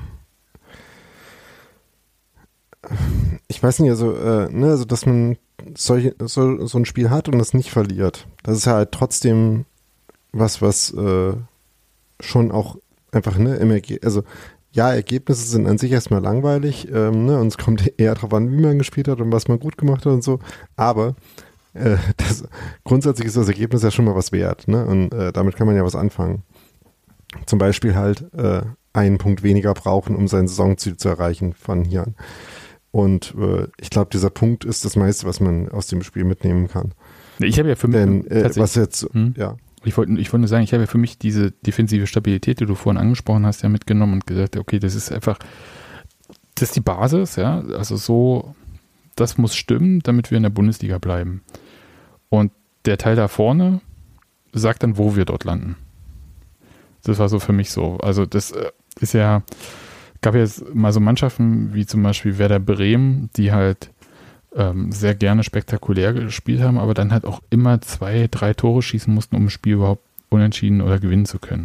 B: Ich weiß nicht, also, äh, ne, also dass man solche, so, so ein Spiel hat und das nicht verliert. Das ist ja halt trotzdem was, was äh, schon auch einfach, ne, im Ergebnis, also ja, Ergebnisse sind an sich erstmal langweilig, ähm, ne, und es kommt eher darauf an, wie man gespielt hat und was man gut gemacht hat und so, aber äh, das, grundsätzlich ist das Ergebnis ja schon mal was wert, ne? Und äh, damit kann man ja was anfangen. Zum Beispiel halt äh, einen Punkt weniger brauchen, um sein Saisonziel zu erreichen von hier an. Und äh, ich glaube, dieser Punkt ist das meiste, was man aus dem Spiel mitnehmen kann.
A: Ich habe ja für mich,
B: Denn äh, was jetzt,
A: hm?
B: ja.
A: Ich wollte ich wollte nur sagen, ich habe ja für mich diese defensive Stabilität, die du vorhin angesprochen hast, ja mitgenommen und gesagt, okay, das ist einfach, das ist die Basis, ja, also so, das muss stimmen, damit wir in der Bundesliga bleiben. Und der Teil da vorne sagt dann, wo wir dort landen. Das war so für mich so. Also das ist ja, gab ja jetzt mal so Mannschaften wie zum Beispiel Werder Bremen, die halt ähm, sehr gerne spektakulär gespielt haben, aber dann halt auch immer zwei, drei Tore schießen mussten, um ein Spiel überhaupt unentschieden oder gewinnen zu können.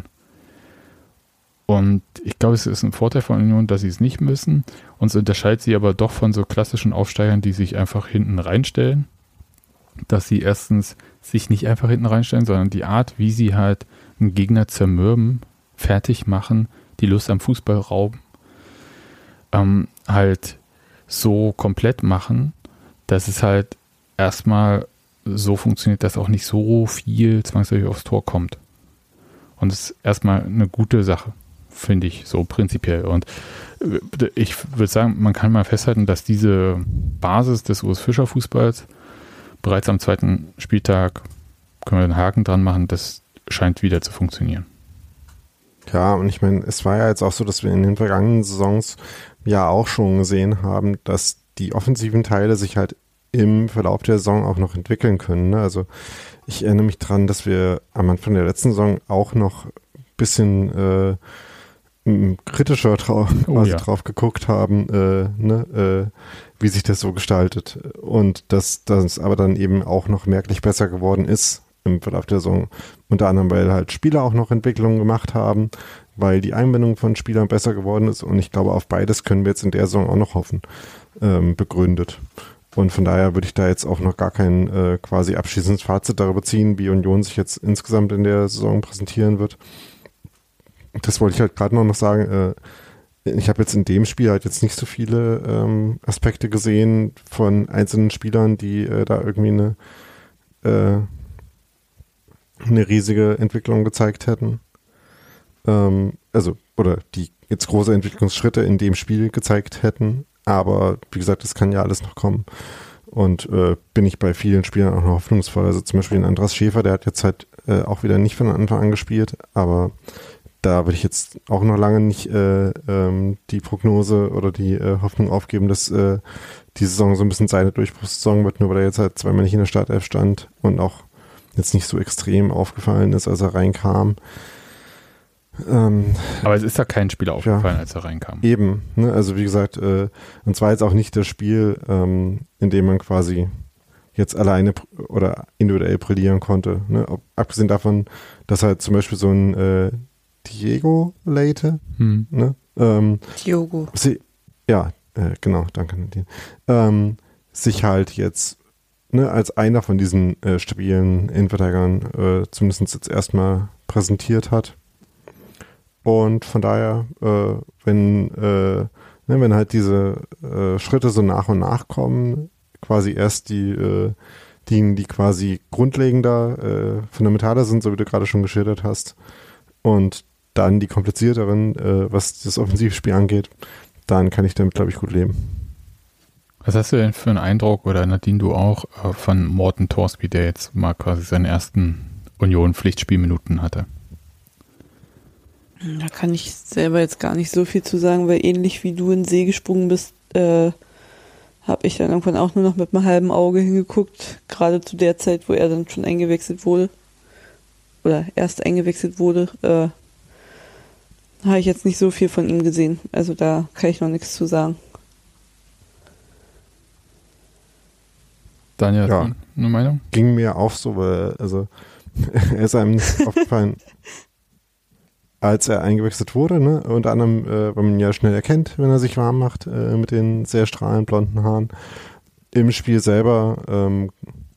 A: Und ich glaube, es ist ein Vorteil von Union, dass sie es nicht müssen. Und es unterscheidet sie aber doch von so klassischen Aufsteigern, die sich einfach hinten reinstellen. Dass sie erstens sich nicht einfach hinten reinstellen, sondern die Art, wie sie halt einen Gegner zermürben, fertig machen, die Lust am Fußball rauben, ähm, halt so komplett machen, dass es halt erstmal so funktioniert, dass auch nicht so viel zwangsläufig aufs Tor kommt. Und das ist erstmal eine gute Sache, finde ich, so prinzipiell. Und ich würde sagen, man kann mal festhalten, dass diese Basis des Urs Fischer Fußballs bereits am zweiten Spieltag, können wir einen Haken dran machen, das scheint wieder zu funktionieren.
B: Ja, und ich meine, es war ja jetzt auch so, dass wir in den vergangenen Saisons ja auch schon gesehen haben, dass die offensiven Teile sich halt im Verlauf der Saison auch noch entwickeln können. Ne? Also ich erinnere mich dran, dass wir am Anfang der letzten Saison auch noch ein bisschen äh, kritischer trau-
A: oh,
B: quasi
A: ja.
B: drauf geguckt haben, äh, ne, äh, wie sich das so gestaltet. Und dass das aber dann eben auch noch merklich besser geworden ist im Verlauf der Saison. Unter anderem, weil halt Spieler auch noch Entwicklungen gemacht haben, weil die Einbindung von Spielern besser geworden ist. Und ich glaube, auf beides können wir jetzt in der Saison auch noch hoffen, ähm, begründet. Und von daher würde ich da jetzt auch noch gar kein äh, quasi abschließendes Fazit darüber ziehen, wie Union sich jetzt insgesamt in der Saison präsentieren wird. Das wollte ich halt gerade noch sagen. Äh, ich habe jetzt in dem Spiel halt jetzt nicht so viele ähm, Aspekte gesehen von einzelnen Spielern, die äh, da irgendwie eine, äh, eine riesige Entwicklung gezeigt hätten. Ähm, also, oder die jetzt große Entwicklungsschritte in dem Spiel gezeigt hätten. Aber wie gesagt, das kann ja alles noch kommen. Und äh, bin ich bei vielen Spielern auch noch hoffnungsvoll. Also zum Beispiel ein Andras Schäfer, der hat jetzt halt äh, auch wieder nicht von Anfang an gespielt, aber da würde ich jetzt auch noch lange nicht äh, ähm, die Prognose oder die äh, Hoffnung aufgeben, dass äh, die Saison so ein bisschen seine Durchbruchssaison wird, nur weil er jetzt halt zweimal nicht in der Startelf stand und auch jetzt nicht so extrem aufgefallen ist, als er reinkam. Ähm,
A: Aber es ist da kein Spieler aufgefallen, ja, als er reinkam.
B: Eben, ne? Also wie gesagt, äh, und zwar jetzt auch nicht das Spiel, ähm, in dem man quasi jetzt alleine pr- oder individuell brillieren konnte. Ne? Ob, abgesehen davon, dass halt zum Beispiel so ein äh, Diego Leite,
A: hm.
B: ne? ähm,
C: Diogo.
B: sie, ja, äh, genau, danke Nadine, ähm, sich halt jetzt ne, als einer von diesen äh, stabilen Innenverteidigern äh, zumindest jetzt erstmal präsentiert hat. Und von daher, äh, wenn, äh, ne, wenn halt diese äh, Schritte so nach und nach kommen, quasi erst die, äh, die, die quasi grundlegender, äh, fundamentaler sind, so wie du gerade schon geschildert hast, und dann die komplizierteren, äh, was das Offensivspiel angeht, dann kann ich damit, glaube ich, gut leben.
A: Was hast du denn für einen Eindruck, oder Nadine, du auch, äh, von Morten Torsby, der jetzt mal quasi seine ersten Union-Pflichtspielminuten hatte?
C: Da kann ich selber jetzt gar nicht so viel zu sagen, weil ähnlich wie du in den See gesprungen bist, äh, habe ich dann irgendwann auch nur noch mit einem halben Auge hingeguckt, gerade zu der Zeit, wo er dann schon eingewechselt wurde oder erst eingewechselt wurde, äh, habe ich jetzt nicht so viel von ihm gesehen. Also da kann ich noch nichts zu sagen.
A: Daniel,
B: ja.
A: hast du eine Meinung?
B: Ging mir auch so, weil also er ist einem aufgefallen, als er eingewechselt wurde, ne? Unter anderem, äh, weil man ja schnell erkennt, wenn er sich warm macht, äh, mit den sehr strahlend blonden Haaren. Im Spiel selber ähm,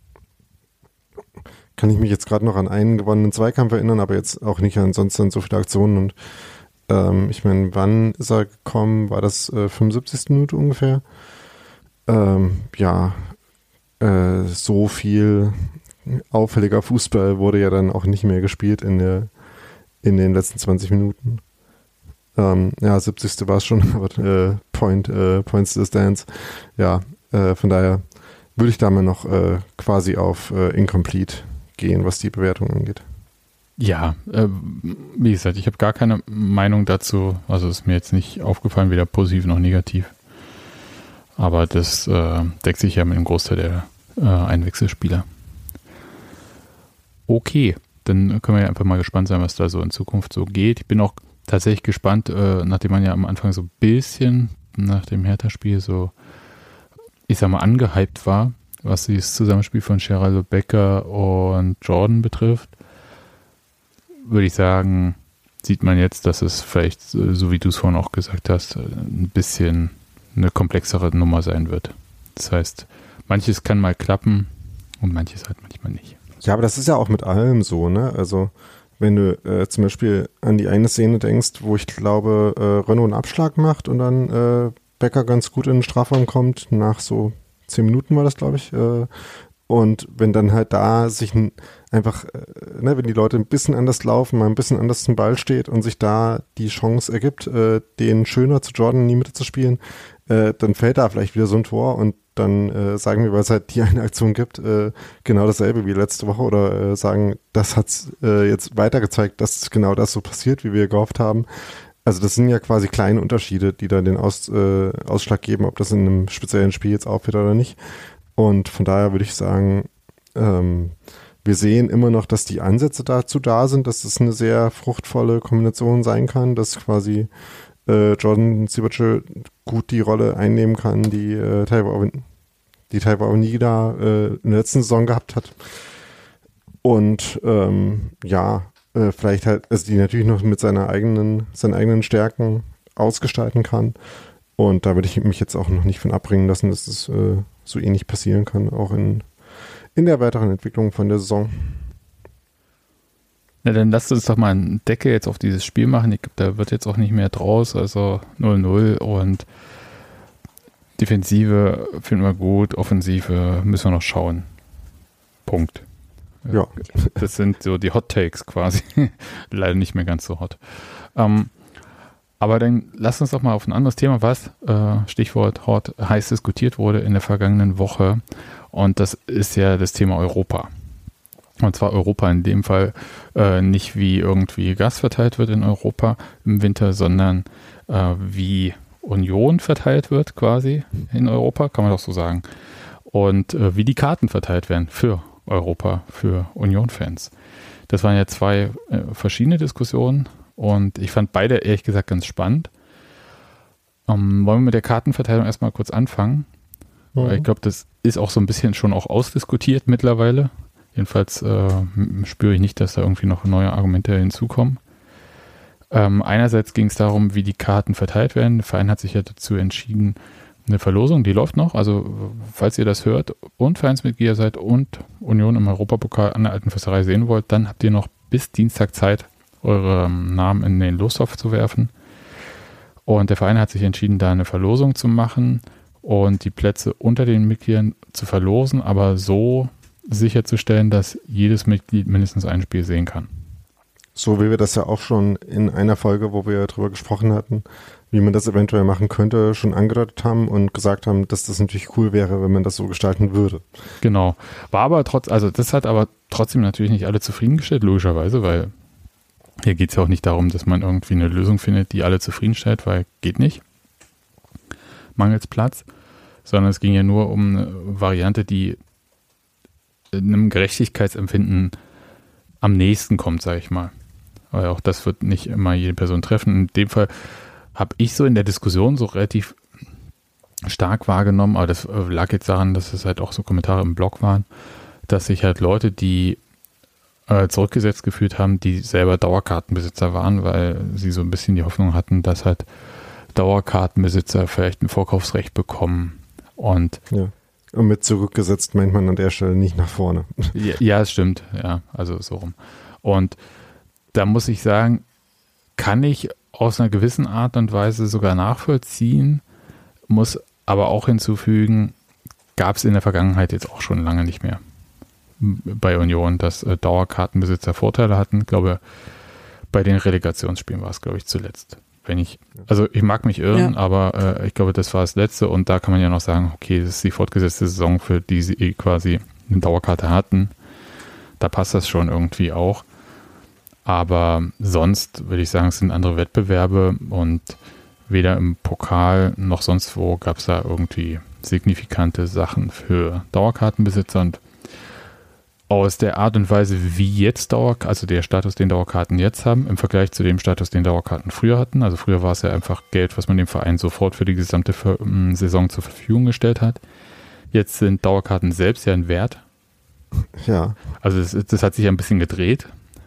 B: kann ich mich jetzt gerade noch an einen gewonnenen Zweikampf erinnern, aber jetzt auch nicht an sonst an so viele Aktionen. Und ähm, ich meine, wann ist er gekommen? War das äh, fünfundsiebzigste Minute ungefähr? Ähm, ja, äh, so viel auffälliger Fußball wurde ja dann auch nicht mehr gespielt in der in den letzten zwanzig Minuten. Ähm, ja, siebzigste war es schon, aber äh, Point, äh, Points to the Stands. Ja, äh, von daher würde ich da mal noch äh, quasi auf äh, Incomplete gehen, was die Bewertung angeht.
A: Ja, äh, wie gesagt, ich habe gar keine Meinung dazu. Also ist mir jetzt nicht aufgefallen, weder positiv noch negativ. Aber das äh, deckt sich ja mit dem Großteil der äh, Einwechselspieler. Okay, dann können wir ja einfach mal gespannt sein, was da so in Zukunft so geht. Ich bin auch tatsächlich gespannt, äh, nachdem man ja am Anfang so ein bisschen nach dem Hertha-Spiel so, ich sag mal, angehypt war, was dieses Zusammenspiel von Geraldo Becker und Jordan betrifft, würde ich sagen, sieht man jetzt, dass es vielleicht, so wie du es vorhin auch gesagt hast, ein bisschen eine komplexere Nummer sein wird. Das heißt, manches kann mal klappen und manches halt manchmal nicht.
B: Ja, aber das ist ja auch mit allem so, ne? Also wenn du äh, zum Beispiel an die eine Szene denkst, wo ich glaube, äh, Renault einen Abschlag macht und dann äh, Becker ganz gut in den Strafraum kommt, nach so zehn Minuten war das, glaube ich, äh, und wenn dann halt da sich ein, einfach, äh, ne, wenn die Leute ein bisschen anders laufen, mal ein bisschen anders zum Ball steht und sich da die Chance ergibt, äh, den schöner zu Jordan in die Mitte zu spielen, äh, dann fällt da vielleicht wieder so ein Tor und dann äh, sagen wir, weil es halt die eine Aktion gibt, äh, genau dasselbe wie letzte Woche oder äh, sagen, das hat äh, jetzt weiter gezeigt, dass genau das so passiert, wie wir gehofft haben. Also das sind ja quasi kleine Unterschiede, die da den Aus, äh, Ausschlag geben, ob das in einem speziellen Spiel jetzt aufhört oder nicht. Und von daher würde ich sagen, ähm, wir sehen immer noch, dass die Ansätze dazu da sind, dass das eine sehr fruchtvolle Kombination sein kann, dass quasi äh, Jordan Siebertschö gut die Rolle einnehmen kann, die äh, Taiwo die Taiwo nie da äh, in der letzten Saison gehabt hat. Und ähm, ja, äh, vielleicht halt, also die natürlich noch mit seiner eigenen, seinen eigenen Stärken ausgestalten kann. Und da würde ich mich jetzt auch noch nicht von abbringen lassen, dass es äh, so ähnlich passieren kann, auch in, in der weiteren Entwicklung von der Saison.
A: Na, dann lasst uns doch mal einen Deckel jetzt auf dieses Spiel machen. Ich glaube, da wird jetzt auch nicht mehr draus, also null null und Defensive finden wir gut, Offensive müssen wir noch schauen. Punkt.
B: Ja.
A: Das sind so die Hot Takes quasi. Leider nicht mehr ganz so hot. Ähm, aber dann lass uns doch mal auf ein anderes Thema, was, äh, Stichwort hot, heiß diskutiert wurde in der vergangenen Woche. Und das ist ja das Thema Europa. Und zwar Europa in dem Fall äh, nicht wie irgendwie Gas verteilt wird in Europa im Winter, sondern äh, wie Union verteilt wird quasi in Europa, kann man doch so sagen. Und äh, wie die Karten verteilt werden für Europa, für Union-Fans. Das waren ja zwei äh, verschiedene Diskussionen und ich fand beide ehrlich gesagt ganz spannend. Ähm, wollen wir mit der Kartenverteilung erstmal kurz anfangen? Mhm. Weil ich glaube, das ist auch so ein bisschen schon auch ausdiskutiert mittlerweile. Jedenfalls äh, spüre ich nicht, dass da irgendwie noch neue Argumente hinzukommen. Ähm, einerseits ging es darum, wie die Karten verteilt werden. Der Verein hat sich ja dazu entschieden, eine Verlosung, die läuft noch. Also falls ihr das hört und Vereinsmitglieder seid und Union im Europapokal an der Alten Försterei sehen wollt, dann habt ihr noch bis Dienstag Zeit, eure Namen in den Lostopf zu werfen. Und der Verein hat sich entschieden, da eine Verlosung zu machen und die Plätze unter den Mitgliedern zu verlosen, aber so sicherzustellen, dass jedes Mitglied mindestens ein Spiel sehen kann.
B: So wie wir das ja auch schon in einer Folge, wo wir darüber gesprochen hatten, wie man das eventuell machen könnte, schon angedeutet haben und gesagt haben, dass das natürlich cool wäre, wenn man das so gestalten würde.
A: Genau. War aber trotz, also das hat aber trotzdem natürlich nicht alle zufriedengestellt, logischerweise, weil hier geht es ja auch nicht darum, dass man irgendwie eine Lösung findet, die alle zufriedenstellt, weil geht nicht. Mangels Platz. Sondern es ging ja nur um eine Variante, die einem Gerechtigkeitsempfinden am nächsten kommt, sage ich mal. Weil auch das wird nicht immer jede Person treffen. In dem Fall habe ich so in der Diskussion so relativ stark wahrgenommen, aber das lag jetzt daran, dass es halt auch so Kommentare im Blog waren, dass sich halt Leute, die äh, zurückgesetzt gefühlt haben, die selber Dauerkartenbesitzer waren, weil sie so ein bisschen die Hoffnung hatten, dass halt Dauerkartenbesitzer vielleicht ein Vorkaufsrecht bekommen. Und
B: ja. Und mit zurückgesetzt meint man an der Stelle nicht nach vorne.
A: Ja, ja, es stimmt. Ja, also so rum. Und da muss ich sagen, kann ich aus einer gewissen Art und Weise sogar nachvollziehen, muss aber auch hinzufügen, gab es in der Vergangenheit jetzt auch schon lange nicht mehr bei Union, dass äh, Dauerkartenbesitzer Vorteile hatten. Ich glaube, bei den Relegationsspielen war es, glaube ich, zuletzt. Wenn ich, also ich mag mich irren, ja. aber äh, ich glaube, das war das letzte und da kann man ja noch sagen, okay, das ist die fortgesetzte Saison, für die sie eh quasi eine Dauerkarte hatten. Da passt das schon irgendwie auch. Aber sonst würde ich sagen, es sind andere Wettbewerbe und weder im Pokal noch sonst wo gab es da irgendwie signifikante Sachen für Dauerkartenbesitzer. Und aus der Art und Weise, wie jetzt Dauerkarten, also der Status, den Dauerkarten jetzt haben, im Vergleich zu dem Status, den Dauerkarten früher hatten. Also früher war es ja einfach Geld, was man dem Verein sofort für die gesamte Saison zur Verfügung gestellt hat. Jetzt sind Dauerkarten selbst ja ein Wert.
B: Ja.
A: Also das, das hat sich ein bisschen gedreht.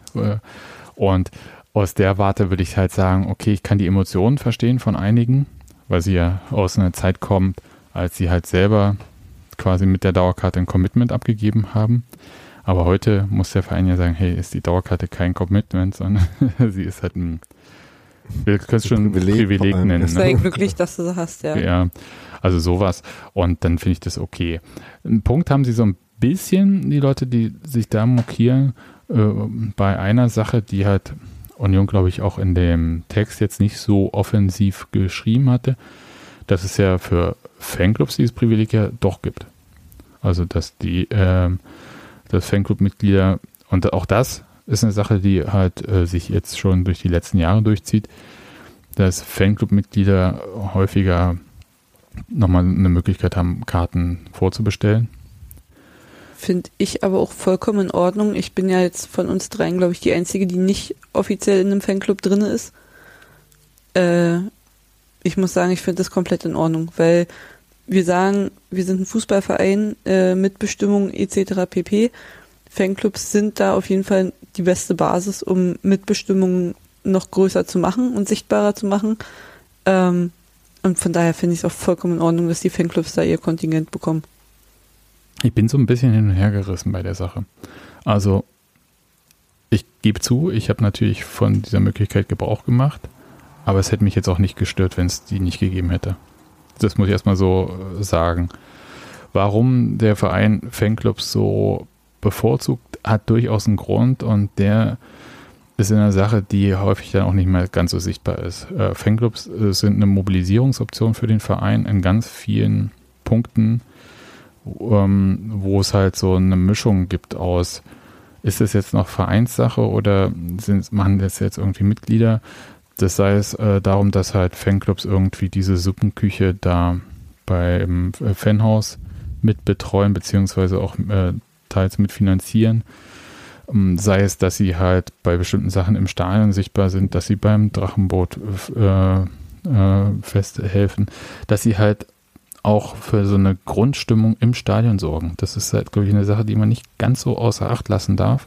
A: Und aus der Warte würde ich halt sagen, okay, ich kann die Emotionen verstehen von einigen, weil sie ja aus einer Zeit kommt, als sie halt selber quasi mit der Dauerkarte ein Commitment abgegeben haben. Aber heute muss der Verein ja sagen, hey, ist die Dauerkarte kein Commitment, sondern sie ist halt ein, wir können es schon ein Privileg, Privileg nennen.
C: Sei ne? glücklich, dass du sie hast, ja.
A: Ja, also sowas. Und dann finde ich das okay. Einen Punkt haben sie so ein bisschen, die Leute, die sich da mokieren, äh, bei einer Sache, die halt Union, glaube ich, auch in dem Text jetzt nicht so offensiv geschrieben hatte, dass es ja für Fanclubs dieses Privileg ja doch gibt. Also, dass die äh, dass Fanclub-Mitglieder, und auch das ist eine Sache, die halt äh, sich jetzt schon durch die letzten Jahre durchzieht, dass Fanclub-Mitglieder häufiger nochmal eine Möglichkeit haben, Karten vorzubestellen.
C: Finde ich aber auch vollkommen in Ordnung. Ich bin ja jetzt von uns dreien, glaube ich, die Einzige, die nicht offiziell in einem Fanclub drin ist. Äh, ich muss sagen, ich finde das komplett in Ordnung, weil wir sagen, wir sind ein Fußballverein, äh, Mitbestimmung et cetera pp. Fanclubs sind da auf jeden Fall die beste Basis, um Mitbestimmung noch größer zu machen und sichtbarer zu machen. Ähm, und von daher finde ich es auch vollkommen in Ordnung, dass die Fanclubs da ihr Kontingent bekommen.
A: Ich bin so ein bisschen hin und her gerissen bei der Sache. Also ich gebe zu, ich habe natürlich von dieser Möglichkeit Gebrauch gemacht, aber es hätte mich jetzt auch nicht gestört, wenn es die nicht gegeben hätte. Das muss ich erstmal so sagen. Warum der Verein Fanclubs so bevorzugt, hat durchaus einen Grund und der ist in einer Sache, die häufig dann auch nicht mehr ganz so sichtbar ist. Äh, Fanclubs äh, sind eine Mobilisierungsoption für den Verein in ganz vielen Punkten, ähm, wo es halt so eine Mischung gibt aus, ist es jetzt noch Vereinssache oder sind, machen das jetzt irgendwie Mitglieder? Das sei es äh, darum, dass halt Fanclubs irgendwie diese Suppenküche da beim äh, Fanhaus mit betreuen, beziehungsweise auch äh, teils mitfinanzieren. Ähm, sei es, dass sie halt bei bestimmten Sachen im Stadion sichtbar sind, dass sie beim Drachenboot äh, äh, fest helfen, dass sie halt auch für so eine Grundstimmung im Stadion sorgen. Das ist halt, glaube ich, eine Sache, die man nicht ganz so außer Acht lassen darf.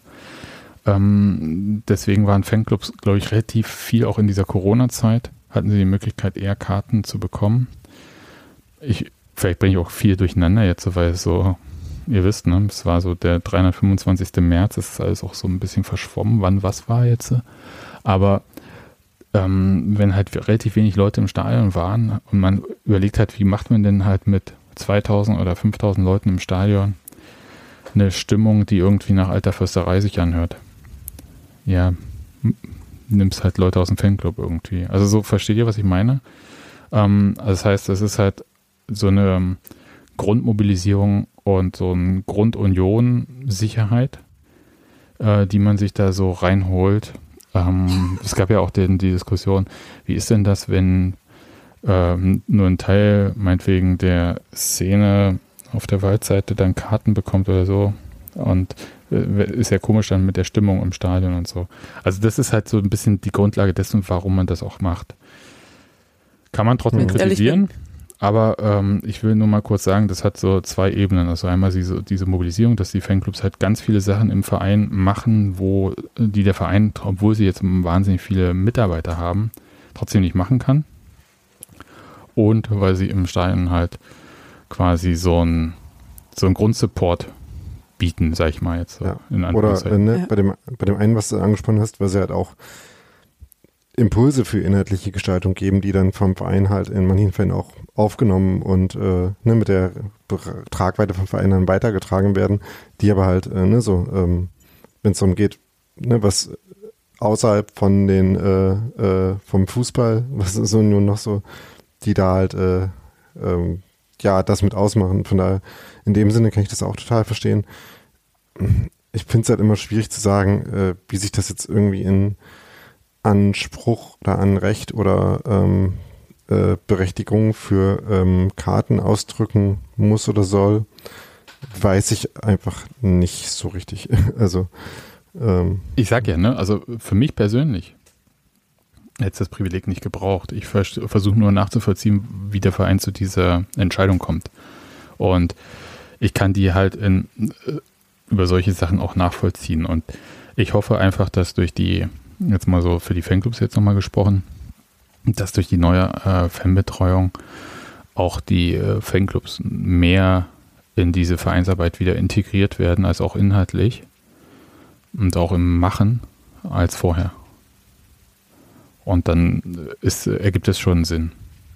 A: Ähm, deswegen waren Fanclubs, glaube ich, relativ viel auch in dieser Corona-Zeit. Hatten sie die Möglichkeit, eher Karten zu bekommen. Ich, vielleicht bringe ich auch viel durcheinander jetzt, weil es so, ihr wisst, ne, es war so der dreihundertfünfundzwanzigste März, es ist alles auch so ein bisschen verschwommen, wann was war jetzt. Aber ähm, wenn halt relativ wenig Leute im Stadion waren und man überlegt hat, wie macht man denn halt mit zweitausend oder fünftausend Leuten im Stadion eine Stimmung, die irgendwie nach alter Fürsterei sich anhört. Ja, nimmst halt Leute aus dem Fanclub irgendwie. Also so, versteht ihr, was ich meine? Ähm, also das heißt, es ist halt so eine Grundmobilisierung und so eine Grundunion-Sicherheit, äh, die man sich da so reinholt. Ähm, es gab ja auch den, die Diskussion, wie ist denn das, wenn ähm, nur ein Teil, meinetwegen, der Szene auf der Waldseite dann Karten bekommt oder so. Und äh, ist ja komisch dann mit der Stimmung im Stadion und so. Also das ist halt so ein bisschen die Grundlage dessen, warum man das auch macht. Kann man trotzdem mhm. kritisieren, aber ähm, ich will nur mal kurz sagen, das hat so zwei Ebenen. Also einmal diese, diese Mobilisierung, dass die Fanclubs halt ganz viele Sachen im Verein machen, wo die der Verein, obwohl sie jetzt wahnsinnig viele Mitarbeiter haben, trotzdem nicht machen kann. Und weil sie im Stadion halt quasi so ein so ein Grundsupport bieten, sag ich mal jetzt. So
B: ja.
A: in
B: Oder äh, ne,
C: ja.
B: bei dem bei dem einen, was du angesprochen hast, was ja halt auch Impulse für inhaltliche Gestaltung geben, die dann vom Verein halt in manchen Fällen auch aufgenommen und äh, ne, mit der Tragweite vom Verein dann weitergetragen werden, die aber halt, äh, ne, so, ähm, wenn es darum geht, ne, was außerhalb von den, äh, äh, vom Fußball, was ist so nun noch so, die da halt, äh, ähm, ja, das mit ausmachen. Von daher, in dem Sinne kann ich das auch total verstehen. Ich finde es halt immer schwierig zu sagen, äh, wie sich das jetzt irgendwie in Anspruch oder an Recht oder ähm, äh, Berechtigung für ähm, Karten ausdrücken muss oder soll, weiß ich einfach nicht so richtig. Also ähm,
A: ich sag ja, ne, also für mich persönlich hätte es das Privileg nicht gebraucht. Ich vers- versuche nur nachzuvollziehen, wie der Verein zu dieser Entscheidung kommt. Und ich kann die halt in, äh, über solche Sachen auch nachvollziehen. Und ich hoffe einfach, dass durch die jetzt mal so für die Fanclubs jetzt nochmal gesprochen, dass durch die neue äh, Fanbetreuung auch die äh, Fanclubs mehr in diese Vereinsarbeit wieder integriert werden, als auch inhaltlich und auch im Machen als vorher. Und dann ist, ergibt es schon Sinn.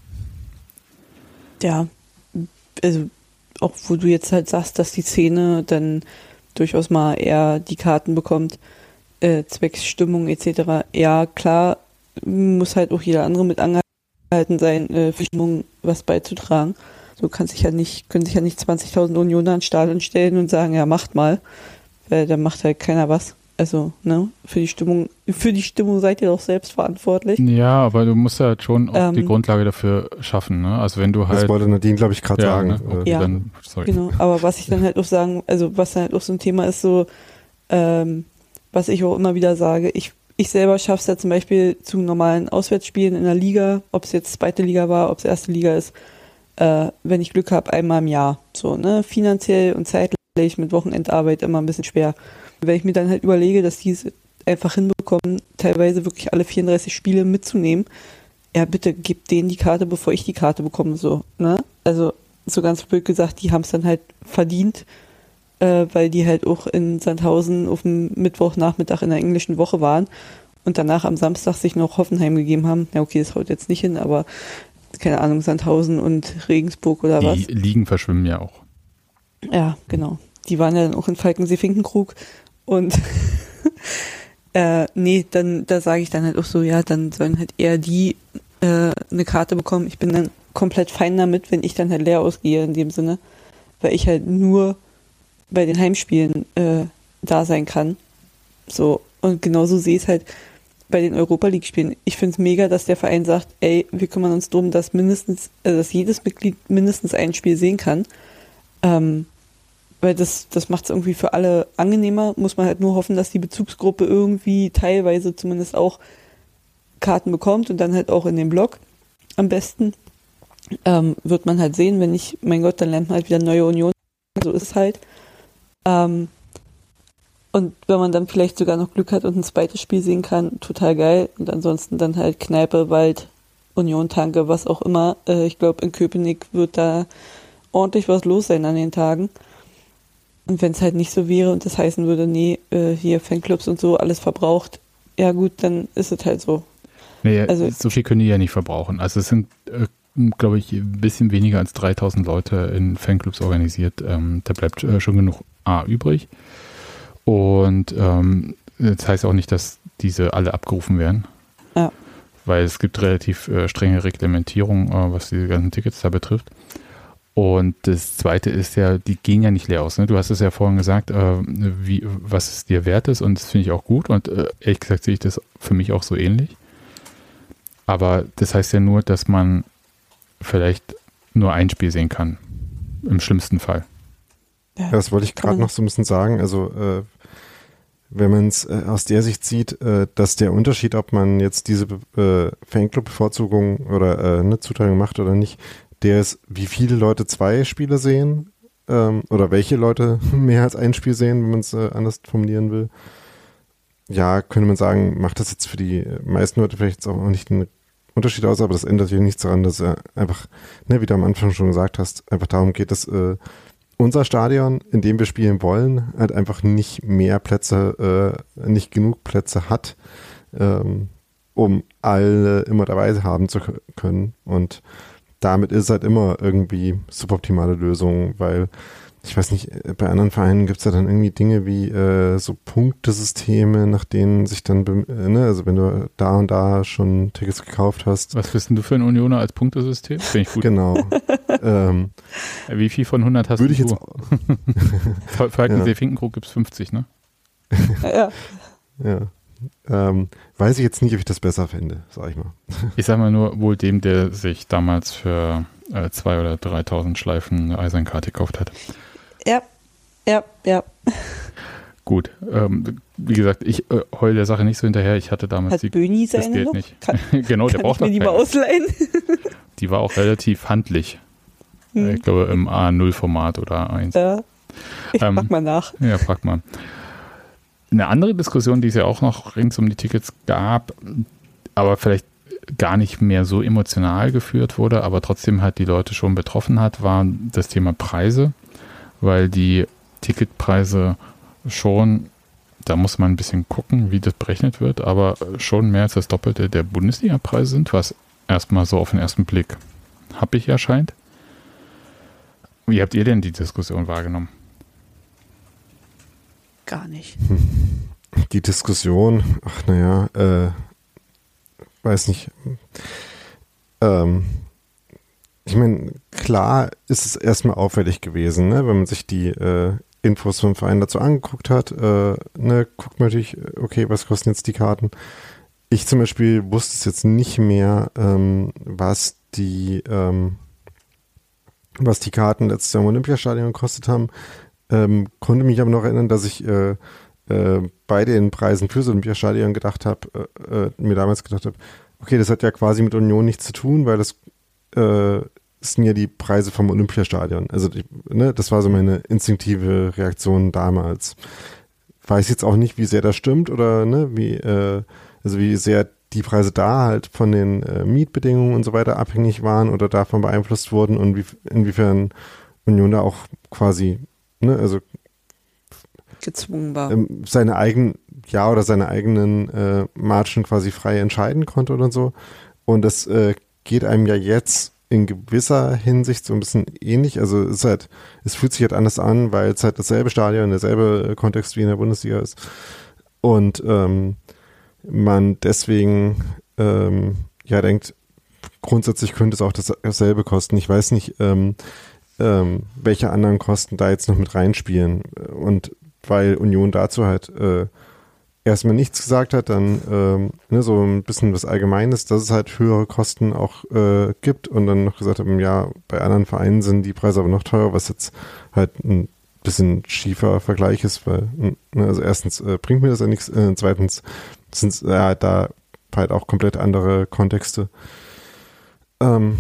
C: Ja, also auch wo du jetzt halt sagst, dass die Szene dann durchaus mal eher die Karten bekommt, Äh, zwecks Stimmung et cetera. Ja, klar, muss halt auch jeder andere mit angehalten sein, äh, für Stimmung was beizutragen. So kann sich ja nicht, können sich ja nicht zwanzigtausend Unioner an den Stadion stellen und sagen, ja, macht mal, weil da macht halt keiner was. Also, ne, für die Stimmung, für die Stimmung seid ihr doch selbst verantwortlich.
A: Ja, aber du musst halt schon auch
C: Ähm,
A: die Grundlage dafür schaffen, ne? Also wenn du halt.
B: das wollte Nadine, glaube ich, gerade
A: ja,
B: sagen.
A: ne? Okay,
C: Ja,
A: dann, sorry.
C: Genau, aber was ich dann halt auch sagen, also was dann halt auch so ein Thema ist, so, ähm, was ich auch immer wieder sage, ich, ich selber schaffe es ja zum Beispiel zu normalen Auswärtsspielen in der Liga, ob es jetzt zweite Liga war, ob es erste Liga ist, äh, wenn ich Glück habe, einmal im Jahr. So, ne, finanziell und zeitlich mit Wochenendarbeit immer ein bisschen schwer. Wenn ich mir dann halt überlege, dass die es einfach hinbekommen, teilweise wirklich alle vierunddreißig Spiele mitzunehmen, ja, bitte gebt denen die Karte, bevor ich die Karte bekomme, so, ne? Also, so ganz blöd gesagt, die haben es dann halt verdient, äh, weil die halt auch in Sandhausen auf dem Mittwochnachmittag in der englischen Woche waren und danach am Samstag sich noch Hoffenheim gegeben haben. Ja, okay, das haut jetzt nicht hin, aber keine Ahnung, Sandhausen und Regensburg oder
A: die
C: was.
A: Die Ligen verschwimmen ja auch.
C: Ja, genau. Die waren ja dann auch in Falkensee-Finkenkrug und äh, nee, dann, da sage ich dann halt auch so, ja, dann sollen halt eher die äh, eine Karte bekommen. Ich bin dann komplett fein damit, wenn ich dann halt leer ausgehe in dem Sinne, weil ich halt nur bei den Heimspielen äh, da sein kann. So, und genauso sehe ich es halt bei den Europa-League-Spielen. Ich finde es mega, dass der Verein sagt, ey, wir kümmern uns darum, dass mindestens, äh, dass jedes Mitglied mindestens ein Spiel sehen kann. Ähm, weil das, das macht es irgendwie für alle angenehmer. Muss man halt nur hoffen, dass die Bezugsgruppe irgendwie teilweise zumindest auch Karten bekommt und dann halt auch in den Blog am besten. Ähm, wird man halt sehen, wenn nicht, mein Gott, dann lernt man halt wieder neue Union. So ist es halt. Ähm, und wenn man dann vielleicht sogar noch Glück hat und ein zweites Spiel sehen kann, total geil. Und ansonsten dann halt Kneipe, Wald, Union, Tanke, was auch immer. Äh, ich glaube, in Köpenick wird da ordentlich was los sein an den Tagen. Und wenn es halt nicht so wäre und das heißen würde, nee, äh, hier Fanclubs und so, alles verbraucht, ja gut, dann ist es halt so.
A: Nee,
C: Also,
A: so viel können die ja nicht verbrauchen. Also es sind, äh, glaube ich, ein bisschen weniger als dreitausend Leute in Fanclubs organisiert. Ähm, da bleibt äh, schon genug A übrig. Und ähm, das heißt auch nicht, dass diese alle abgerufen werden.
C: Ja.
A: Weil es gibt relativ äh, strenge Reglementierung, äh, was diese ganzen Tickets da betrifft. Und das Zweite ist ja, die gehen ja nicht leer aus. Ne? Du hast es ja vorhin gesagt, äh, wie, was es dir wert ist, und das finde ich auch gut. Und äh, ehrlich gesagt sehe ich das für mich auch so ähnlich. Aber das heißt ja nur, dass man vielleicht nur ein Spiel sehen kann. Im schlimmsten Fall.
B: Ja, das wollte ich gerade noch so ein bisschen sagen. Also äh, wenn man es äh, aus der Sicht sieht, äh, dass der Unterschied, ob man jetzt diese äh, Fanclub-Bevorzugung oder äh, eine Zuteilung macht oder nicht, der ist, wie viele Leute zwei Spiele sehen ähm, oder welche Leute mehr als ein Spiel sehen, wenn man es äh, anders formulieren will. Ja, könnte man sagen, macht das jetzt für die meisten Leute vielleicht auch nicht einen Unterschied aus, aber das ändert hier nichts daran, dass er einfach, ne, wie du am Anfang schon gesagt hast, einfach darum geht, dass äh, unser Stadion, in dem wir spielen wollen, halt einfach nicht mehr Plätze, äh, nicht genug Plätze hat, ähm, um alle immer dabei haben zu können. Und damit ist es halt immer irgendwie suboptimale Lösung, weil ich weiß nicht, bei anderen Vereinen gibt es ja dann irgendwie Dinge wie äh, so Punktesysteme, nach denen sich dann, äh, ne, also wenn du da und da schon Tickets gekauft hast.
A: Was bist denn du für ein Unioner als Punktesystem? Finde ich gut.
B: Genau. ähm,
A: Wie viel von hundert hast
B: würde
A: du?
B: Ich jetzt
A: Für Falkensee-Finkenkrug gibt es fünfzig, ne?
C: Ja.
B: Ja. Ähm, weiß ich jetzt nicht, ob ich das besser fände, sag ich mal.
A: Ich sag mal nur, wohl dem, der sich damals für äh, zwei oder dreitausend Schleifen eine Eisernkarte gekauft hat.
C: Ja, ja, ja.
A: Gut, ähm, wie gesagt, ich äh, heule der Sache nicht so hinterher. Ich hatte damals
C: Hat
A: die,
C: Böni
A: das
C: seine
A: Geld
C: noch?
A: nicht.
C: Kann,
A: genau, der
C: kann
A: braucht
C: ich mir
A: das
C: die mal
A: keine.
C: ausleihen?
A: Die war auch relativ handlich.
C: Hm.
A: Ich glaube im A null Format oder A eins.
C: Ja. Ich
A: Ähm,
C: frag mal nach.
A: Ja, frag mal. Eine andere Diskussion, die es ja auch noch rings um die Tickets gab, aber vielleicht gar nicht mehr so emotional geführt wurde, aber trotzdem halt die Leute schon betroffen hat, war das Thema Preise, weil die Ticketpreise schon, da muss man ein bisschen gucken, wie das berechnet wird, aber schon mehr als das Doppelte der Bundesliga-Preise sind, was erstmal so auf den ersten Blick happig erscheint. Wie habt ihr denn die Diskussion wahrgenommen?
C: Gar nicht.
B: Die Diskussion, ach naja, äh, weiß nicht. Ähm, ich meine, klar ist es erstmal auffällig gewesen, ne, wenn man sich die äh, Infos vom Verein dazu angeguckt hat. Äh, ne, guckt man natürlich, okay, was kosten jetzt die Karten? Ich zum Beispiel wusste es jetzt nicht mehr, ähm, was die ähm, was die Karten letztes Jahr im Olympiastadion gekostet haben. Ähm, konnte mich aber noch erinnern, dass ich äh, äh, bei den Preisen fürs Olympiastadion gedacht habe, äh, äh, mir damals gedacht habe, okay, das hat ja quasi mit Union nichts zu tun, weil das äh, sind ja die Preise vom Olympiastadion. Also die, ne, das war so meine instinktive Reaktion damals. Weiß jetzt auch nicht, wie sehr das stimmt oder ne, wie, äh, also wie sehr die Preise da halt von den äh, Mietbedingungen und so weiter abhängig waren oder davon beeinflusst wurden und wie, inwiefern Union da auch quasi Ne, also
C: gezwungen war.
B: Ähm, seine eigenen, ja, oder seine eigenen äh, Margen quasi frei entscheiden konnte oder so. Und das äh, geht einem ja jetzt in gewisser Hinsicht so ein bisschen ähnlich. Also es ist halt, es fühlt sich halt anders an, weil es halt dasselbe Stadion, derselbe Kontext wie in der Bundesliga ist. Und ähm, man deswegen ähm, ja denkt, grundsätzlich könnte es auch das, dasselbe kosten. Ich weiß nicht, ähm, Ähm, welche anderen Kosten da jetzt noch mit reinspielen. Und weil Union dazu halt äh, erstmal nichts gesagt hat, dann ähm, ne, so ein bisschen was Allgemeines, dass es halt höhere Kosten auch äh, gibt und dann noch gesagt haben, ja, bei anderen Vereinen sind die Preise aber noch teurer, was jetzt halt ein bisschen schiefer Vergleich ist, weil, ne, also erstens äh, bringt mir das ja nichts, äh, zweitens sind es äh, da halt auch komplett andere Kontexte. Ähm,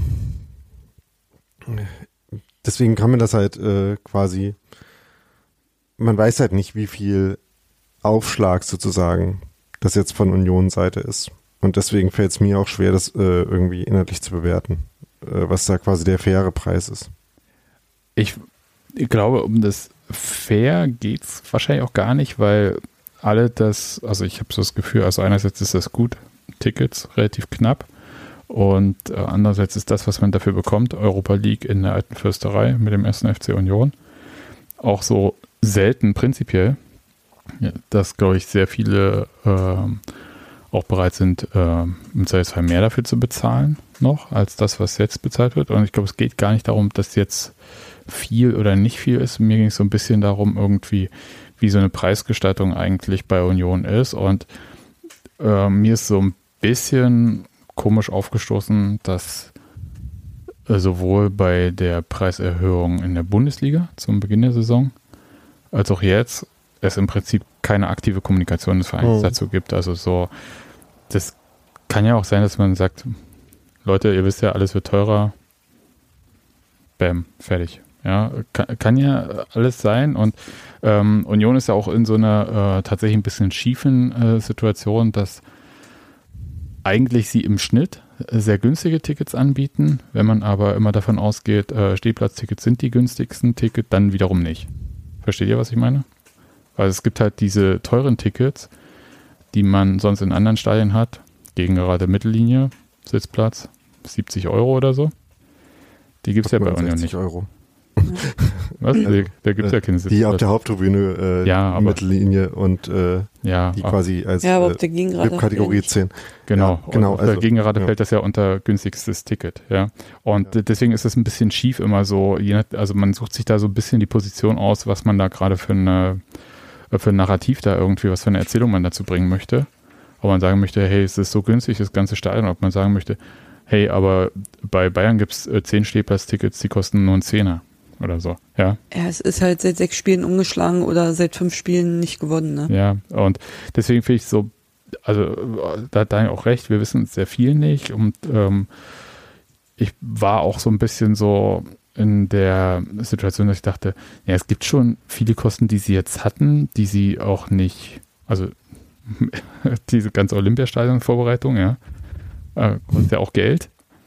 B: Deswegen kann man das halt äh, quasi, man weiß halt nicht, wie viel Aufschlag sozusagen das jetzt von Union-Seite ist. Und deswegen fällt es mir auch schwer, das äh, irgendwie inhaltlich zu bewerten, äh, was da quasi der faire Preis ist.
A: Ich, ich glaube, um das fair geht es wahrscheinlich auch gar nicht, weil alle das, also ich habe so das Gefühl, also einerseits ist das gut, Tickets relativ knapp. Und äh, andererseits ist das, was man dafür bekommt, Europa League in der alten Fürsterei mit dem ersten F C Union, auch so selten prinzipiell, ja, dass, glaube ich, sehr viele äh, auch bereit sind, äh, im Zweifelsfall mehr dafür zu bezahlen noch, als das, was jetzt bezahlt wird. Und ich glaube, es geht gar nicht darum, dass jetzt viel oder nicht viel ist. Mir ging es so ein bisschen darum, irgendwie, wie so eine Preisgestaltung eigentlich bei Union ist. Und äh, mir ist so ein bisschen komisch aufgestoßen, dass äh, sowohl bei der Preiserhöhung in der Bundesliga zum Beginn der Saison, als auch jetzt es im Prinzip keine aktive Kommunikation des Vereins oh. dazu gibt. Also so, das kann ja auch sein, dass man sagt, Leute, ihr wisst ja, alles wird teurer. Bäm, fertig. Ja, kann, kann ja alles sein. Und ähm, Union ist ja auch in so einer äh, tatsächlich ein bisschen schiefen äh, Situation, dass eigentlich sie im Schnitt sehr günstige Tickets anbieten. Wenn man aber immer davon ausgeht, äh, Stehplatztickets sind die günstigsten Tickets, dann wiederum nicht. Versteht ihr, was ich meine? Weil es gibt halt diese teuren Tickets, die man sonst in anderen Stadien hat, Gegengerade Mittellinie, Sitzplatz, siebzig Euro oder so. Die gibt es ja bei Union nicht.
B: Euro.
A: Was? Also, da gibt es ja keine Sitzplatz.
B: Die auf der Haupttribüne, äh,
A: ja, aber,
B: Mittellinie und äh,
A: ja,
B: die quasi als
C: ja, aber auf der Gegengerade
B: Kategorie zehn.
A: Genau,
B: ja, genau.
A: Auf also, der Gegengerade
B: ja.
A: fällt das ja unter günstigstes Ticket, ja. Und ja. deswegen ist es ein bisschen schief immer so, je nach, also man sucht sich da so ein bisschen die Position aus, was man da gerade für eine für ein Narrativ da irgendwie, was für eine Erzählung man dazu bringen möchte. Ob man sagen möchte, hey, es ist so günstig, das ganze Stadion, ob man sagen möchte, hey, aber bei Bayern gibt es äh, zehn Stehplatz-Tickets, die kosten nur einen Zehner oder so, ja.
C: Ja, es ist halt seit sechs Spielen umgeschlagen oder seit fünf Spielen nicht gewonnen, ne?
A: Ja, und deswegen finde ich so, also da hat Daniel auch recht, wir wissen sehr viel nicht und ähm, ich war auch so ein bisschen so in der Situation, dass ich dachte, ja, es gibt schon viele Kosten, die sie jetzt hatten, die sie auch nicht, also diese ganze Olympiastadion-Vorbereitung, ja, äh, kostet ja auch Geld.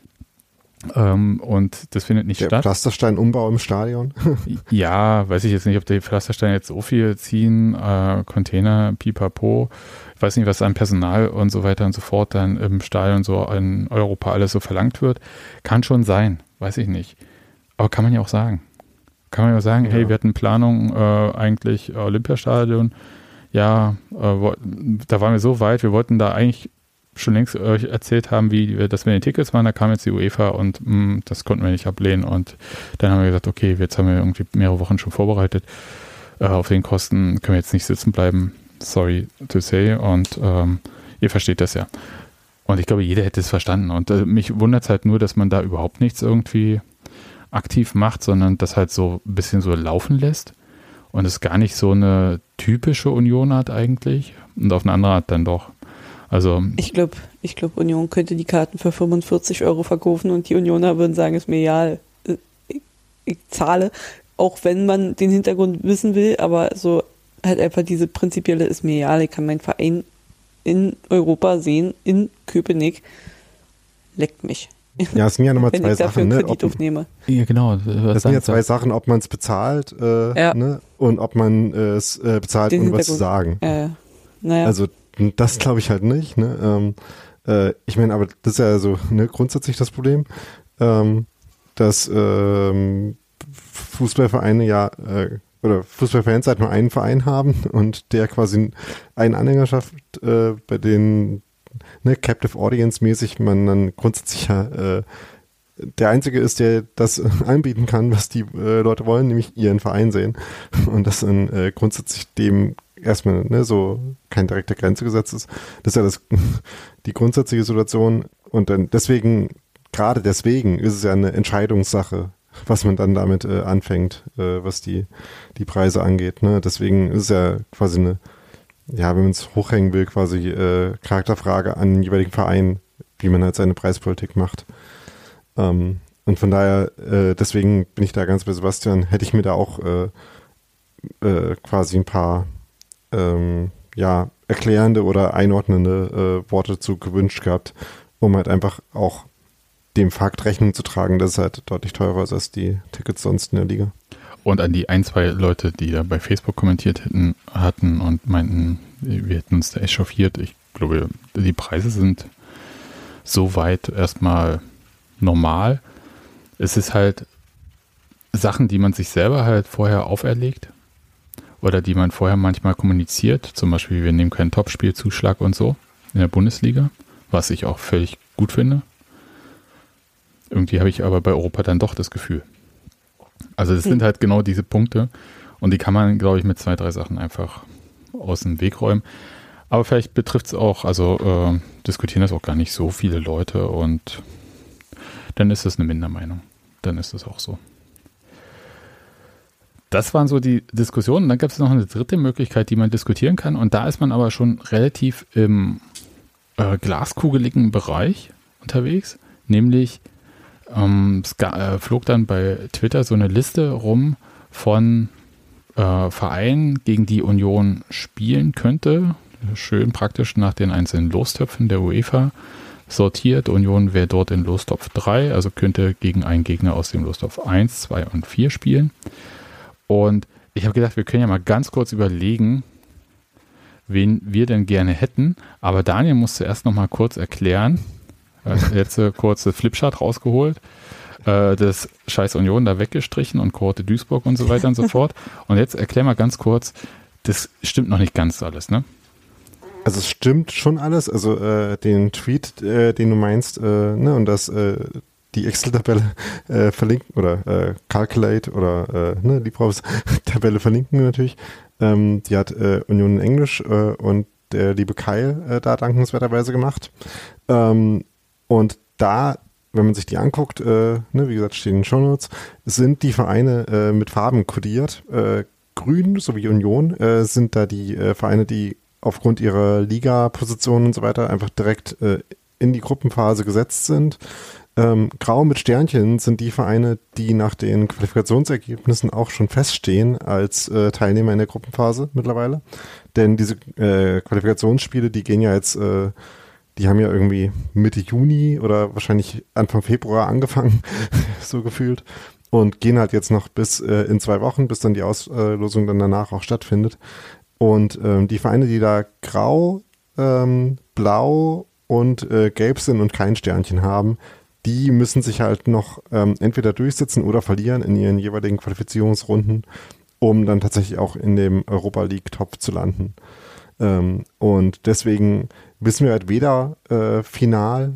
A: Ähm, und das findet nicht
B: der
A: statt.
B: Pflasterstein-Umbau im Stadion?
A: Ja, weiß ich jetzt nicht, ob die Pflastersteine jetzt so viel ziehen, äh, Container, pipapo. Ich weiß nicht, was an Personal und so weiter und so fort dann im Stadion so in Europa alles so verlangt wird. Kann schon sein, weiß ich nicht. Aber kann man ja auch sagen. Kann man ja auch sagen, ja. hey, wir hatten Planung äh, eigentlich Olympiastadion. Ja, äh, da waren wir so weit, wir wollten da eigentlich schon längst euch erzählt haben, wie wir, dass wir in den Tickets waren, da kam jetzt die UEFA und mh, das konnten wir nicht ablehnen und dann haben wir gesagt, okay, jetzt haben wir irgendwie mehrere Wochen schon vorbereitet, äh, auf den Kosten können wir jetzt nicht sitzen bleiben, sorry to say und ähm, ihr versteht das ja. Und ich glaube, jeder hätte es verstanden und äh, mich wundert es halt nur, dass man da überhaupt nichts irgendwie aktiv macht, sondern das halt so ein bisschen so laufen lässt und es gar nicht so eine typische Union hat eigentlich und auf eine andere Art dann doch. Also
C: ich glaube, ich glaube, Union könnte die Karten für fünfundvierzig Euro verkaufen und die Unioner würden sagen, ist mir egal, ich, ich zahle, auch wenn man den Hintergrund wissen will, aber so halt einfach diese prinzipielle ist mir egal, ich kann meinen Verein in Europa sehen, in Köpenick, leckt mich.
B: Ja, es sind ja nochmal
C: wenn
B: zwei
C: ich dafür
B: Sachen.
C: einen
B: Ne?
C: Kredit
B: Ob,
C: aufnehme.
A: Ja, genau.
B: Das sind ja zwei Sachen, ob man es bezahlt äh,
C: ja.
B: ne? und ob man es äh, bezahlt,
C: Den
B: um was zu sagen.
C: Ja, naja.
B: Also das glaube ich halt nicht. Ne? Ähm, äh, ich meine, aber das ist ja so ne, grundsätzlich das Problem, ähm, dass ähm, Fußballvereine ja äh, oder Fußballfans halt nur einen Verein haben und der quasi eine Anhängerschaft, äh, bei denen ne, Captive Audience mäßig man dann grundsätzlich ja äh, der Einzige ist, der das anbieten kann, was die äh, Leute wollen, nämlich ihren Verein sehen und das dann äh, grundsätzlich dem erstmal ne, so kein direkter Grenze gesetzt ist. Das ist ja das, die grundsätzliche Situation und dann deswegen, gerade deswegen ist es ja eine Entscheidungssache, was man dann damit äh, anfängt, äh, was die, die Preise angeht. Ne? Deswegen ist es ja quasi eine, ja, wenn man es hochhängen will, quasi äh, Charakterfrage an den jeweiligen Verein, wie man halt seine Preispolitik macht. Ähm, und von daher, äh, deswegen bin ich da ganz bei Sebastian, hätte ich mir da auch äh, äh, quasi ein paar ähm, ja, erklärende oder einordnende äh, Worte zu gewünscht gehabt, um halt einfach auch dem Fakt Rechnung zu tragen, dass es halt deutlich teurer ist als die Tickets sonst in der Liga.
A: Und an die ein, zwei Leute, die da bei Facebook kommentiert hätten, hatten und meinten, wir hätten uns da echauffiert. Ich glaube, die Preise sind soweit erstmal normal. Es ist halt Sachen, die man sich selber halt vorher auferlegt oder die man vorher manchmal kommuniziert. Zum Beispiel, wir nehmen keinen Topspielzuschlag und so in der Bundesliga, was ich auch völlig gut finde. Irgendwie habe ich aber bei Europa dann doch das Gefühl. Also das hm. sind halt genau diese Punkte und die kann man, glaube ich, mit zwei, drei Sachen einfach aus dem Weg räumen. Aber vielleicht betrifft es auch, also äh, diskutieren das auch gar nicht so viele Leute und dann ist es eine Mindermeinung. Dann ist es auch so. Das waren so die Diskussionen. Dann gibt es noch eine dritte Möglichkeit, die man diskutieren kann und da ist man aber schon relativ im äh, glaskugeligen Bereich unterwegs, nämlich Ähm, es äh, flog dann bei Twitter so eine Liste rum von äh, Vereinen, gegen die Union spielen könnte. Schön praktisch nach den einzelnen Lostöpfen der UEFA sortiert. Union wäre dort in Lostopf drei, also könnte gegen einen Gegner aus dem Lostopf eins, zwei und vier spielen. Und ich habe gedacht, wir können ja mal ganz kurz überlegen, wen wir denn gerne hätten. Aber Daniel muss zuerst noch mal kurz erklären, also jetzt äh, kurze Flipchart rausgeholt, äh, das scheiß Union da weggestrichen und Kohorte Duisburg und so weiter und so fort. Und jetzt erklär mal ganz kurz, das stimmt noch nicht ganz alles, ne?
B: Also es stimmt schon alles, also äh, den Tweet, äh, den du meinst, äh, ne, und das äh, die Excel-Tabelle äh, verlinken oder äh, Calculate oder äh, ne, Liebhaus-Tabelle verlinken wir natürlich. Ähm, die hat äh, Union in Englisch äh, und der liebe Kyle äh, da dankenswerterweise gemacht. Ähm, und da, wenn man sich die anguckt, äh, ne, wie gesagt, stehen in den Shownotes, sind die Vereine äh, mit Farben kodiert. Äh, Grün sowie Union äh, sind da die äh, Vereine, die aufgrund ihrer Liga-Position und so weiter einfach direkt äh, in die Gruppenphase gesetzt sind. Ähm, Grau mit Sternchen sind die Vereine, die nach den Qualifikationsergebnissen auch schon feststehen als äh, Teilnehmer in der Gruppenphase mittlerweile. Denn diese äh, Qualifikationsspiele, die gehen ja jetzt, äh, die haben ja irgendwie Mitte Juni oder wahrscheinlich Anfang Februar angefangen, so gefühlt. Und gehen halt jetzt noch bis äh, in zwei Wochen, bis dann die Auslosung dann danach auch stattfindet. Und ähm, die Vereine, die da grau, ähm, blau und äh, gelb sind und kein Sternchen haben, die müssen sich halt noch ähm, entweder durchsetzen oder verlieren in ihren jeweiligen Qualifizierungsrunden, um dann tatsächlich auch in dem Europa League-Top zu landen. Ähm, und deswegen wissen wir halt weder äh, final,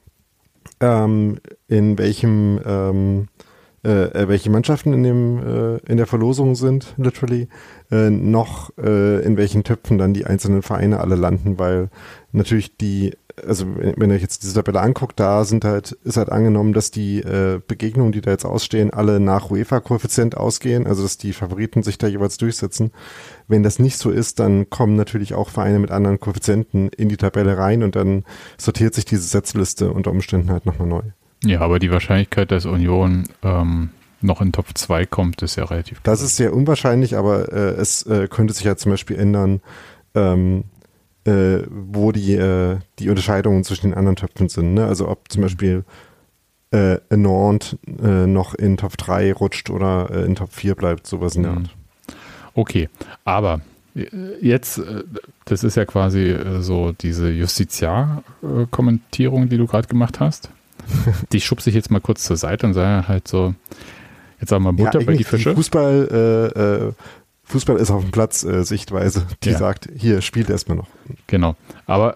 B: ähm, in welchem ähm, äh, welche Mannschaften in dem äh, in der Verlosung sind, literally, äh, noch äh, in welchen Töpfen dann die einzelnen Vereine alle landen, weil natürlich die, also wenn ihr euch jetzt diese Tabelle anguckt, da sind halt, ist halt angenommen, dass die äh, Begegnungen, die da jetzt ausstehen, alle nach UEFA-Koeffizient ausgehen, also dass die Favoriten sich da jeweils durchsetzen. Wenn das nicht so ist, dann kommen natürlich auch Vereine mit anderen Koeffizienten in die Tabelle rein und dann sortiert sich diese Setzliste unter Umständen halt nochmal neu.
A: Ja, aber die Wahrscheinlichkeit, dass Union ähm, noch in Top zwei kommt, ist ja relativ
B: Das ist sehr unwahrscheinlich, aber äh, es äh, könnte sich ja zum Beispiel ändern, ähm, äh, wo die, äh, die Unterscheidungen zwischen den anderen Töpfen sind. Ne? Also ob zum Beispiel äh, Nantes äh, noch in Top drei rutscht oder äh, in Top vier bleibt, sowas in der Art.
A: Okay, aber jetzt, das ist ja quasi so diese Justiziar-Kommentierung, die du gerade gemacht hast. Die schubse ich jetzt mal kurz zur Seite und sage halt so, jetzt sagen wir Butter ja, bei die Fische.
B: Die Fußball, äh, äh, Fußball ist auf dem Platz, äh, Sichtweise, die ja. sagt, hier, spielt erstmal noch.
A: Genau, aber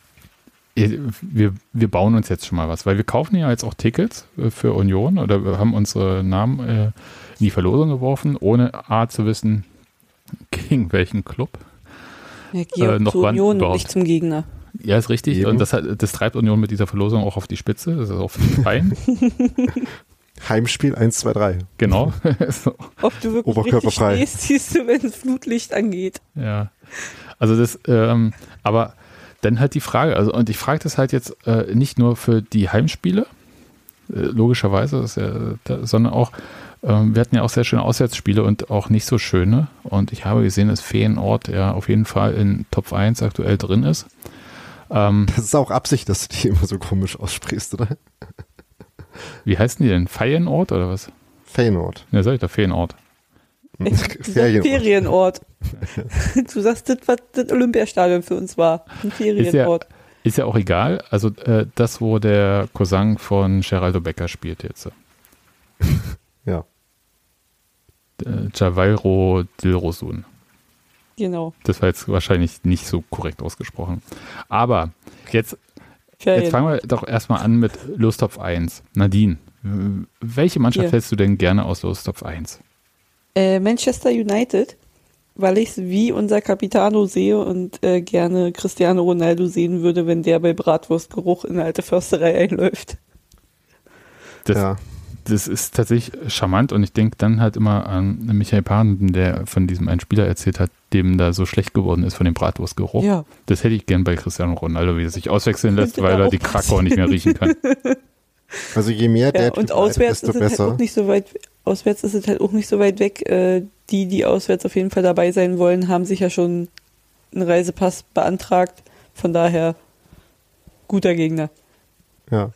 A: wir, wir bauen uns jetzt schon mal was, weil wir kaufen ja jetzt auch Tickets für Union oder wir haben unsere Namen äh, in die Verlosung geworfen, ohne A zu wissen, gegen welchen Club.
C: Ja, geh äh, noch zur Union, überhaupt. Nicht zum Gegner.
A: Ja, ist richtig. Eben. Und das, hat, das treibt Union mit dieser Verlosung auch auf die Spitze. Das ist auch fein.
B: Heimspiel eins, zwei, drei.
A: Genau. So.
C: Ob du wirklich richtig stehst, siehst du, wenn das Flutlicht angeht.
A: Ja. Also das, ähm, aber dann halt die Frage, also und ich frage das halt jetzt äh, nicht nur für die Heimspiele, äh, logischerweise, das ist ja, da, sondern auch, ähm, wir hatten ja auch sehr schöne Auswärtsspiele und auch nicht so schöne. Und ich habe gesehen, dass Feyenoord ja auf jeden Fall in Top eins aktuell drin ist.
B: Ähm, das ist auch Absicht, dass du die immer so komisch aussprichst, oder?
A: Wie heißen die denn? Feyenoord oder was?
B: Feyenoord.
A: Ja, sag ich doch, Feyenoord.
C: Ferienort. Ferienort. Du sagst, das, was das Olympiastadion für uns war. Ein Ferienort.
A: Ist ja, ist ja auch egal. Also äh, das, wo der Cousin von Geraldo Becker spielt jetzt.
B: Ja.
A: Äh, Javairo Dilrosun.
C: Genau.
A: Das war jetzt wahrscheinlich nicht so korrekt ausgesprochen. Aber jetzt, jetzt fangen wir doch erstmal an mit Lostopf eins. Nadine, welche Mannschaft Hier. hältst du denn gerne aus Lostopf eins?
C: Äh, Manchester United, weil ich es wie unser Capitano sehe und äh, gerne Cristiano Ronaldo sehen würde, wenn der bei Bratwurstgeruch in eine alte Försterei einläuft.
A: Das, ja. Das ist tatsächlich charmant und ich denke dann halt immer an Michael Pan, der von diesem einen Spieler erzählt hat, dem da so schlecht geworden ist von dem Bratwurstgeruch. Ja. Das hätte ich gern bei Cristiano Ronaldo, wie er sich auswechseln lässt, weil er die Krakau nicht mehr riechen kann.
B: Also je mehr der
C: ja, und auswärts
B: bleibt, desto
C: ist es
B: besser.
C: Halt auch nicht so weit, auswärts ist es halt auch nicht so weit weg. Äh, die, die auswärts auf jeden Fall dabei sein wollen, haben sich ja schon einen Reisepass beantragt. Von daher guter Gegner.
B: Ja.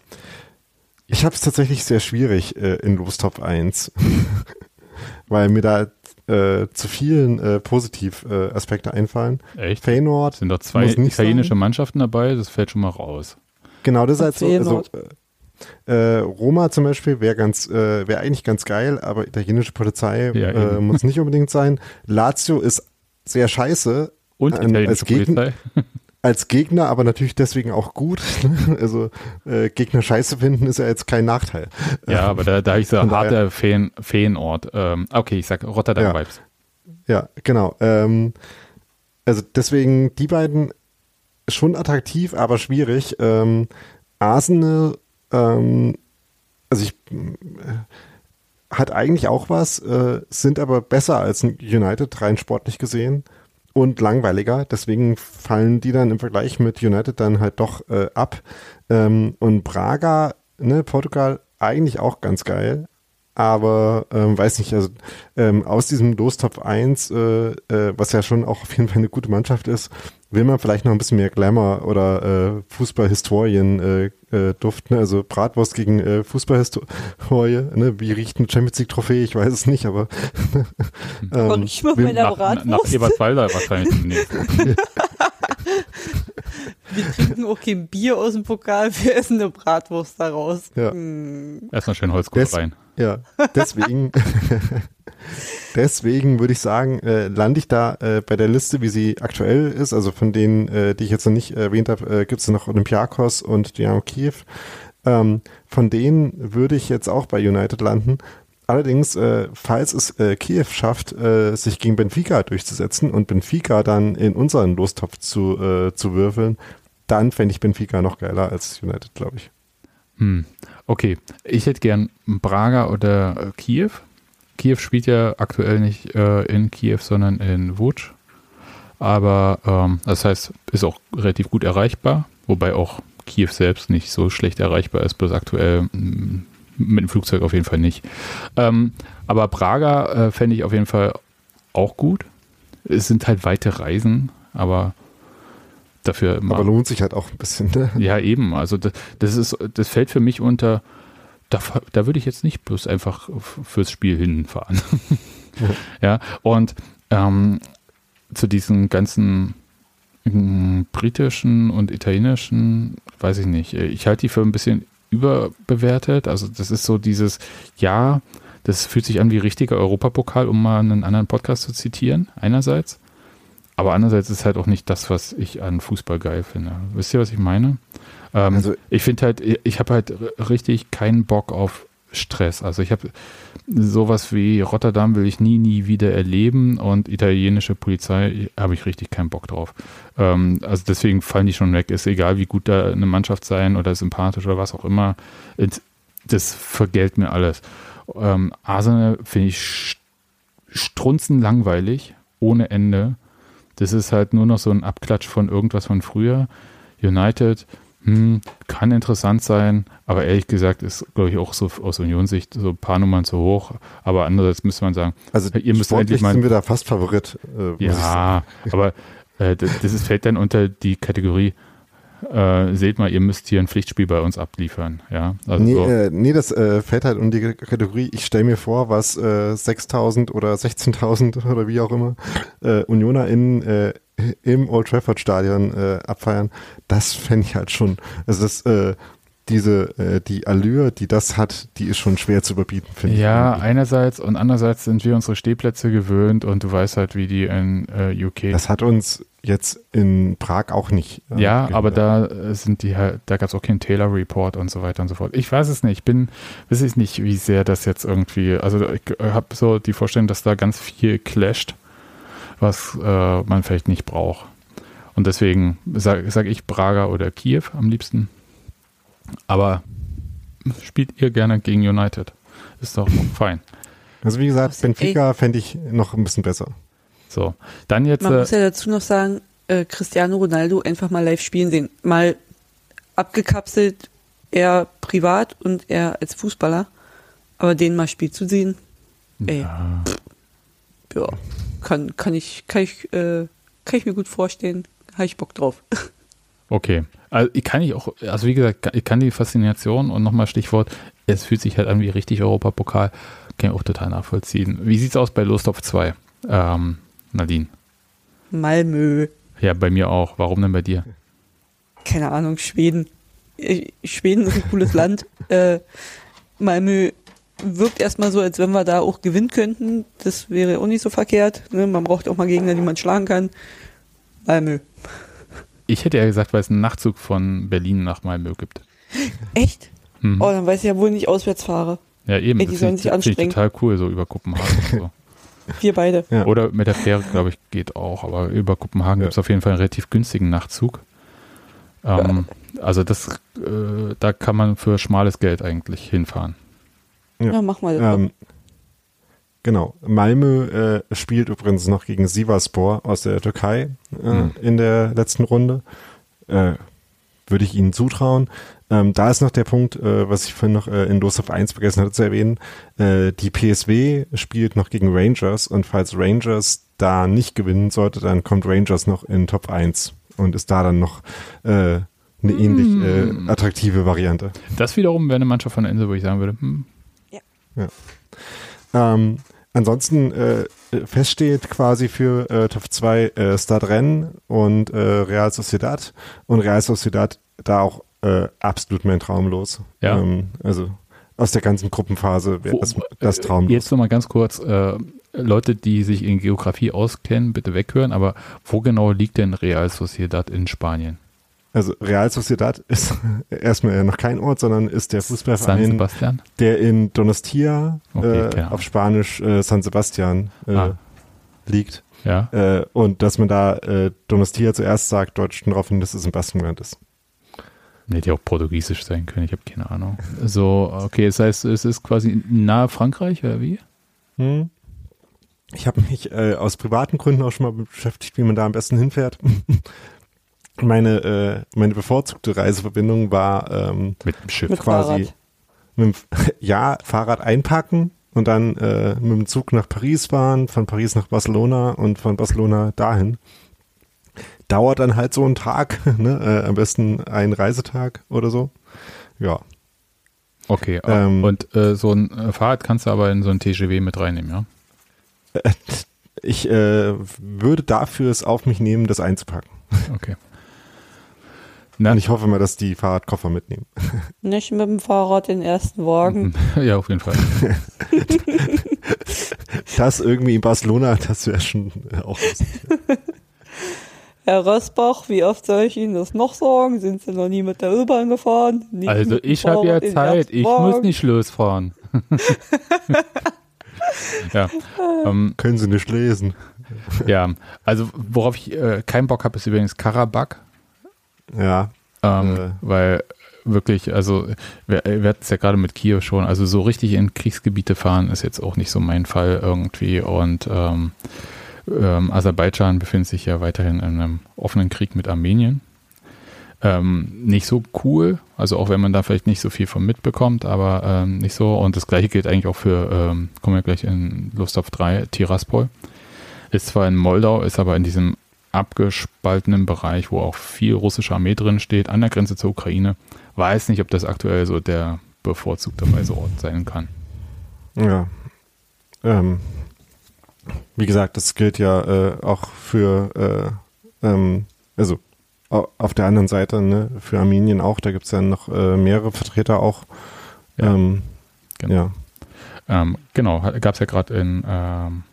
B: Ich habe es tatsächlich sehr schwierig äh, in Lostopf eins, weil mir da äh, zu vielen äh, Positiv-Aspekte äh, einfallen.
A: Echt?
B: Feyenoord
A: Es sind doch zwei italienische sein. Mannschaften dabei, das fällt schon mal raus.
B: Genau, das ist halt so, also, äh, Roma zum Beispiel wäre ganz, äh, wäre eigentlich ganz geil, aber italienische Polizei
A: ja,
B: äh, muss nicht unbedingt sein. Lazio ist sehr scheiße.
A: Und
B: äh,
A: italienische
B: als Gegner,
A: Polizei.
B: Als Gegner, aber natürlich deswegen auch gut. Also äh, Gegner scheiße finden ist ja jetzt kein Nachteil.
A: Ja, aber da, da ich so harter Feen, Feenort. Ähm, okay, ich sag Rotterdam-Vibes.
B: Ja, ja, genau. Ähm, also deswegen die beiden schon attraktiv, aber schwierig. Ähm, Arsenal, ähm, also ich äh, hat eigentlich auch was, äh, sind aber besser als United, rein sportlich gesehen. Und langweiliger, deswegen fallen die dann im Vergleich mit United dann halt doch äh, ab. Ähm, und Braga, ne, Portugal, eigentlich auch ganz geil, aber ähm, weiß nicht, also ähm, aus diesem Lostopf eins, äh, äh, was ja schon auch auf jeden Fall eine gute Mannschaft ist, will man vielleicht noch ein bisschen mehr Glamour oder äh, Fußballhistorien äh, äh, Duft, ne? Also Bratwurst gegen äh, Fußballhistorie, ne? Wie riecht eine Champions League Trophäe? Ich weiß es nicht, aber
C: ähm, ich mit meiner
A: nach,
C: Bratwurst.
A: Nach Eberswalder wahrscheinlich. Nee.
C: Wir trinken auch kein Bier aus dem Pokal, wir essen eine Bratwurst daraus.
B: Ja.
C: Hm.
A: Erstmal schön Holzkohle
B: Des,
A: rein.
B: Ja, deswegen deswegen würde ich sagen, äh, lande ich da äh, bei der Liste, wie sie aktuell ist, also von denen, äh, die ich jetzt noch nicht erwähnt habe, äh, gibt es noch Olympiakos und Dynamo Kiew. Ähm, von denen würde ich jetzt auch bei United landen. Allerdings, äh, falls es äh, Kiew schafft, äh, sich gegen Benfica durchzusetzen und Benfica dann in unseren Lostopf zu, äh, zu würfeln, dann fände ich Benfica noch geiler als United, glaube ich.
A: Hm. Okay, ich hätte gern Braga oder äh, Kiew. Kiew spielt ja aktuell nicht äh, in Kiew, sondern in Łódź. Aber ähm, das heißt, ist auch relativ gut erreichbar, wobei auch Kiew selbst nicht so schlecht erreichbar ist, bloß aktuell mh, mit dem Flugzeug auf jeden Fall nicht. Ähm, aber Braga äh, fände ich auf jeden Fall auch gut. Es sind halt weite Reisen, aber dafür immer.
B: Aber lohnt sich halt auch ein bisschen, ne?
A: Ja, eben. Also das, das ist, das fällt für mich unter, da, da würde ich jetzt nicht bloß einfach fürs Spiel hinfahren. Ja. Ja, und ähm, zu diesen ganzen m, britischen und italienischen, weiß ich nicht, ich halte die für ein bisschen überbewertet. Also das ist so dieses, ja, das fühlt sich an wie richtiger Europapokal, um mal einen anderen Podcast zu zitieren, einerseits. Aber andererseits ist halt auch nicht das, was ich an Fußball geil finde. Wisst ihr, was ich meine? Ähm, also, ich finde halt, ich habe halt richtig keinen Bock auf Stress. Also ich habe sowas wie Rotterdam will ich nie, nie wieder erleben und italienische Polizei habe ich richtig keinen Bock drauf. Ähm, also deswegen fallen die schon weg. Ist egal, wie gut da eine Mannschaft sein oder sympathisch oder was auch immer. Das vergällt mir alles. Ähm, Arsenal finde ich strunzenlangweilig, ohne Ende. Das ist halt nur noch so ein Abklatsch von irgendwas von früher. United, hm, kann interessant sein, aber ehrlich gesagt ist, glaube ich, auch so aus Unionssicht so ein paar Nummern zu hoch. Aber andererseits müsste man sagen,
B: also
A: ihr müsst endlich mal.
B: Sind wir da fast Favorit.
A: Äh, ja, aber äh, das, das ist, fällt dann unter die Kategorie, äh, seht mal, ihr müsst hier ein Pflichtspiel bei uns abliefern. Ja, also
B: nee,
A: so.
B: äh, nee, das äh, fällt halt unter die Kategorie, ich stelle mir vor, was äh, sechstausend oder sechzehntausend oder wie auch immer äh, UnionerInnen äh, im Old Trafford Stadion äh, abfeiern. Das fände ich halt schon, also das, äh, diese, äh, die Allure, die das hat, die ist schon schwer zu überbieten, finde ich.
A: Ja, einerseits und andererseits sind wir unsere Stehplätze gewöhnt und du weißt halt, wie die in äh, U K.
B: Das hat uns jetzt in Prag auch nicht.
A: Äh, ja, gehört. Aber da sind die halt, da gab es auch keinen Taylor Report und so weiter und so fort. Ich weiß es nicht, ich bin, weiß ich nicht, wie sehr das jetzt irgendwie, also ich habe so die Vorstellung, dass da ganz viel clasht, was äh, man vielleicht nicht braucht. Und deswegen sage sag ich Braga oder Kiew am liebsten. Aber spielt ihr gerne gegen United. Ist doch fein.
B: Also wie gesagt, Benfica fände ich noch ein bisschen besser.
A: So, dann jetzt.
C: Man äh, muss ja dazu noch sagen, äh, Cristiano Ronaldo einfach mal live spielen sehen. Mal abgekapselt, er privat und er als Fußballer. Aber den mal Spiel zu sehen, ey,
A: ja,
C: pff, ja kann, kann, ich, kann, ich, äh, kann ich mir gut vorstellen. Habe ich Bock drauf.
A: Okay. Also ich kann ich auch, also wie gesagt, ich kann die Faszination und nochmal Stichwort, es fühlt sich halt an wie richtig Europapokal. kann ich auch total nachvollziehen. Wie sieht's aus bei Lust auf zwei? Ähm, Nadine.
C: Malmö.
A: Ja, bei mir auch. Warum denn bei dir?
C: Keine Ahnung, Schweden. Äh, Schweden ist ein cooles Land. Äh, Malmö wirkt erstmal so, als wenn wir da auch gewinnen könnten. Das wäre auch nicht so verkehrt. Ne? Man braucht auch mal Gegner, die man schlagen kann. Malmö.
A: Ich hätte ja gesagt, weil es einen Nachtzug von Berlin nach Malmö gibt.
C: Echt?
A: Mhm.
C: Oh, dann weiß ich ja wohl nicht auswärts fahre.
A: Ja, eben.
C: Ey, die
A: das
C: sollen
A: finde
C: sich
A: ich, find ich
C: anstrengen.
A: total cool, so über Kopenhagen und so.
C: Wir beide.
B: Ja.
A: Oder mit der Fähre, glaube ich, geht auch. Aber über Kopenhagen
B: Ja.
A: gibt es auf jeden Fall einen relativ günstigen Nachtzug. Ähm, also das, äh, da kann man für schmales Geld eigentlich hinfahren.
B: Ja.
C: Ja, mach mal das.
B: Ähm, genau. Malmö äh, spielt übrigens noch gegen Sivasspor aus der Türkei äh,
A: Hm.
B: in der letzten Runde. Äh, würde ich ihnen zutrauen. Ähm, da ist noch der Punkt, äh, was ich vorhin noch äh, in Lust auf eins vergessen hatte zu erwähnen. Äh, die P S W spielt noch gegen Rangers und falls Rangers da nicht gewinnen sollte, dann kommt Rangers noch in Top eins und ist da dann noch äh, eine ähnlich
A: Mm.
B: äh, attraktive Variante.
A: Das wiederum wäre eine Mannschaft von der Insel, wo ich sagen würde, hm,
B: Ähm, ansonsten äh, feststeht quasi für äh, Top zwei äh, Stade Rennes und äh, Real Sociedad und Real Sociedad da auch äh, absolut mein Traumlos.
A: Ja.
B: Ähm, also aus der ganzen Gruppenphase wäre
A: Wo-
B: das, das Traumlos.
A: jetzt nochmal ganz kurz, äh, Leute, die sich in Geografie auskennen, bitte weghören, aber wo genau liegt denn Real Sociedad in Spanien?
B: Also Real Sociedad ist erstmal noch kein Ort, sondern ist der
A: San
B: Fußballverein,
A: Sebastian?
B: der in Donostia,
A: Okay,
B: äh,
A: keine Ahnung.
B: auf Spanisch äh, San Sebastian äh,
A: Ah.
B: liegt.
A: Ja.
B: Äh, und dass man da äh, Donostia zuerst sagt, deutsch darauf hin, dass es im Baskenland ist.
A: Hätte ja auch Portugiesisch sein können, ich habe keine Ahnung. So, okay, das heißt, es ist quasi nahe Frankreich, oder wie?
B: Hm. Ich habe mich äh, aus privaten Gründen auch schon mal beschäftigt, wie man da am besten hinfährt. Meine, äh, meine bevorzugte Reiseverbindung war ähm,
A: Mit dem Schiff.
C: Mit
B: quasi
C: Fahrrad.
B: mit dem, ja, Fahrrad einpacken und dann äh, mit dem Zug nach Paris fahren, von Paris nach Barcelona und von Barcelona dahin. Dauert dann halt so einen Tag, ne? äh, am besten einen Reisetag oder so. Ja.
A: Okay,
B: Ähm,
A: und äh, so ein äh, Fahrrad kannst du aber in so ein T G V mit reinnehmen, ja?
B: Ich äh, würde dafür es auf mich nehmen, das einzupacken.
A: Okay. Na,
B: Und ich hoffe mal, dass die Fahrradkoffer mitnehmen.
C: Nicht mit dem Fahrrad den ersten Wagen.
A: ja, auf jeden Fall.
B: Das irgendwie in Barcelona, das wäre schon äh, auch lustig.
C: Herr Rosbach, wie oft soll ich Ihnen das noch sagen? Sind Sie noch nie mit der U-Bahn gefahren? Nicht
A: Also
C: mit dem
A: ich habe ja
C: Fahrrad den
A: Zeit,
C: ersten
A: ich
C: Wagen?
A: muss nicht losfahren. ja, ähm,
B: Können Sie nicht lesen.
A: ja, also worauf ich äh, keinen Bock habe, ist übrigens Karabakh,
B: Ja.
A: ähm,
B: Äh.
A: weil wirklich, also wir, wir hatten es ja gerade mit Kiew schon, also so richtig in Kriegsgebiete fahren ist jetzt auch nicht so mein Fall irgendwie und ähm, ähm, Aserbaidschan befindet sich ja weiterhin in einem offenen Krieg mit Armenien. Ähm, nicht so cool, also auch wenn man da vielleicht nicht so viel von mitbekommt, aber ähm, nicht so. Und das gleiche gilt eigentlich auch für, ähm, kommen wir gleich in Lust auf drei, Tiraspol. Ist zwar in Moldau, ist aber in diesem abgespaltenen Bereich, wo auch viel russische Armee drin steht, an der Grenze zur Ukraine. Weiß nicht, ob das aktuell so der bevorzugte Reiseort sein kann.
B: Ja. Ähm, wie gesagt, das gilt ja äh, auch für, äh, ähm, also au- auf der anderen Seite, ne, für Armenien auch, da gibt es ja noch äh, mehrere Vertreter auch.
A: Ja,
B: ähm,
A: genau.
B: ja.
A: Ähm, genau, gab es ja gerade in ähm,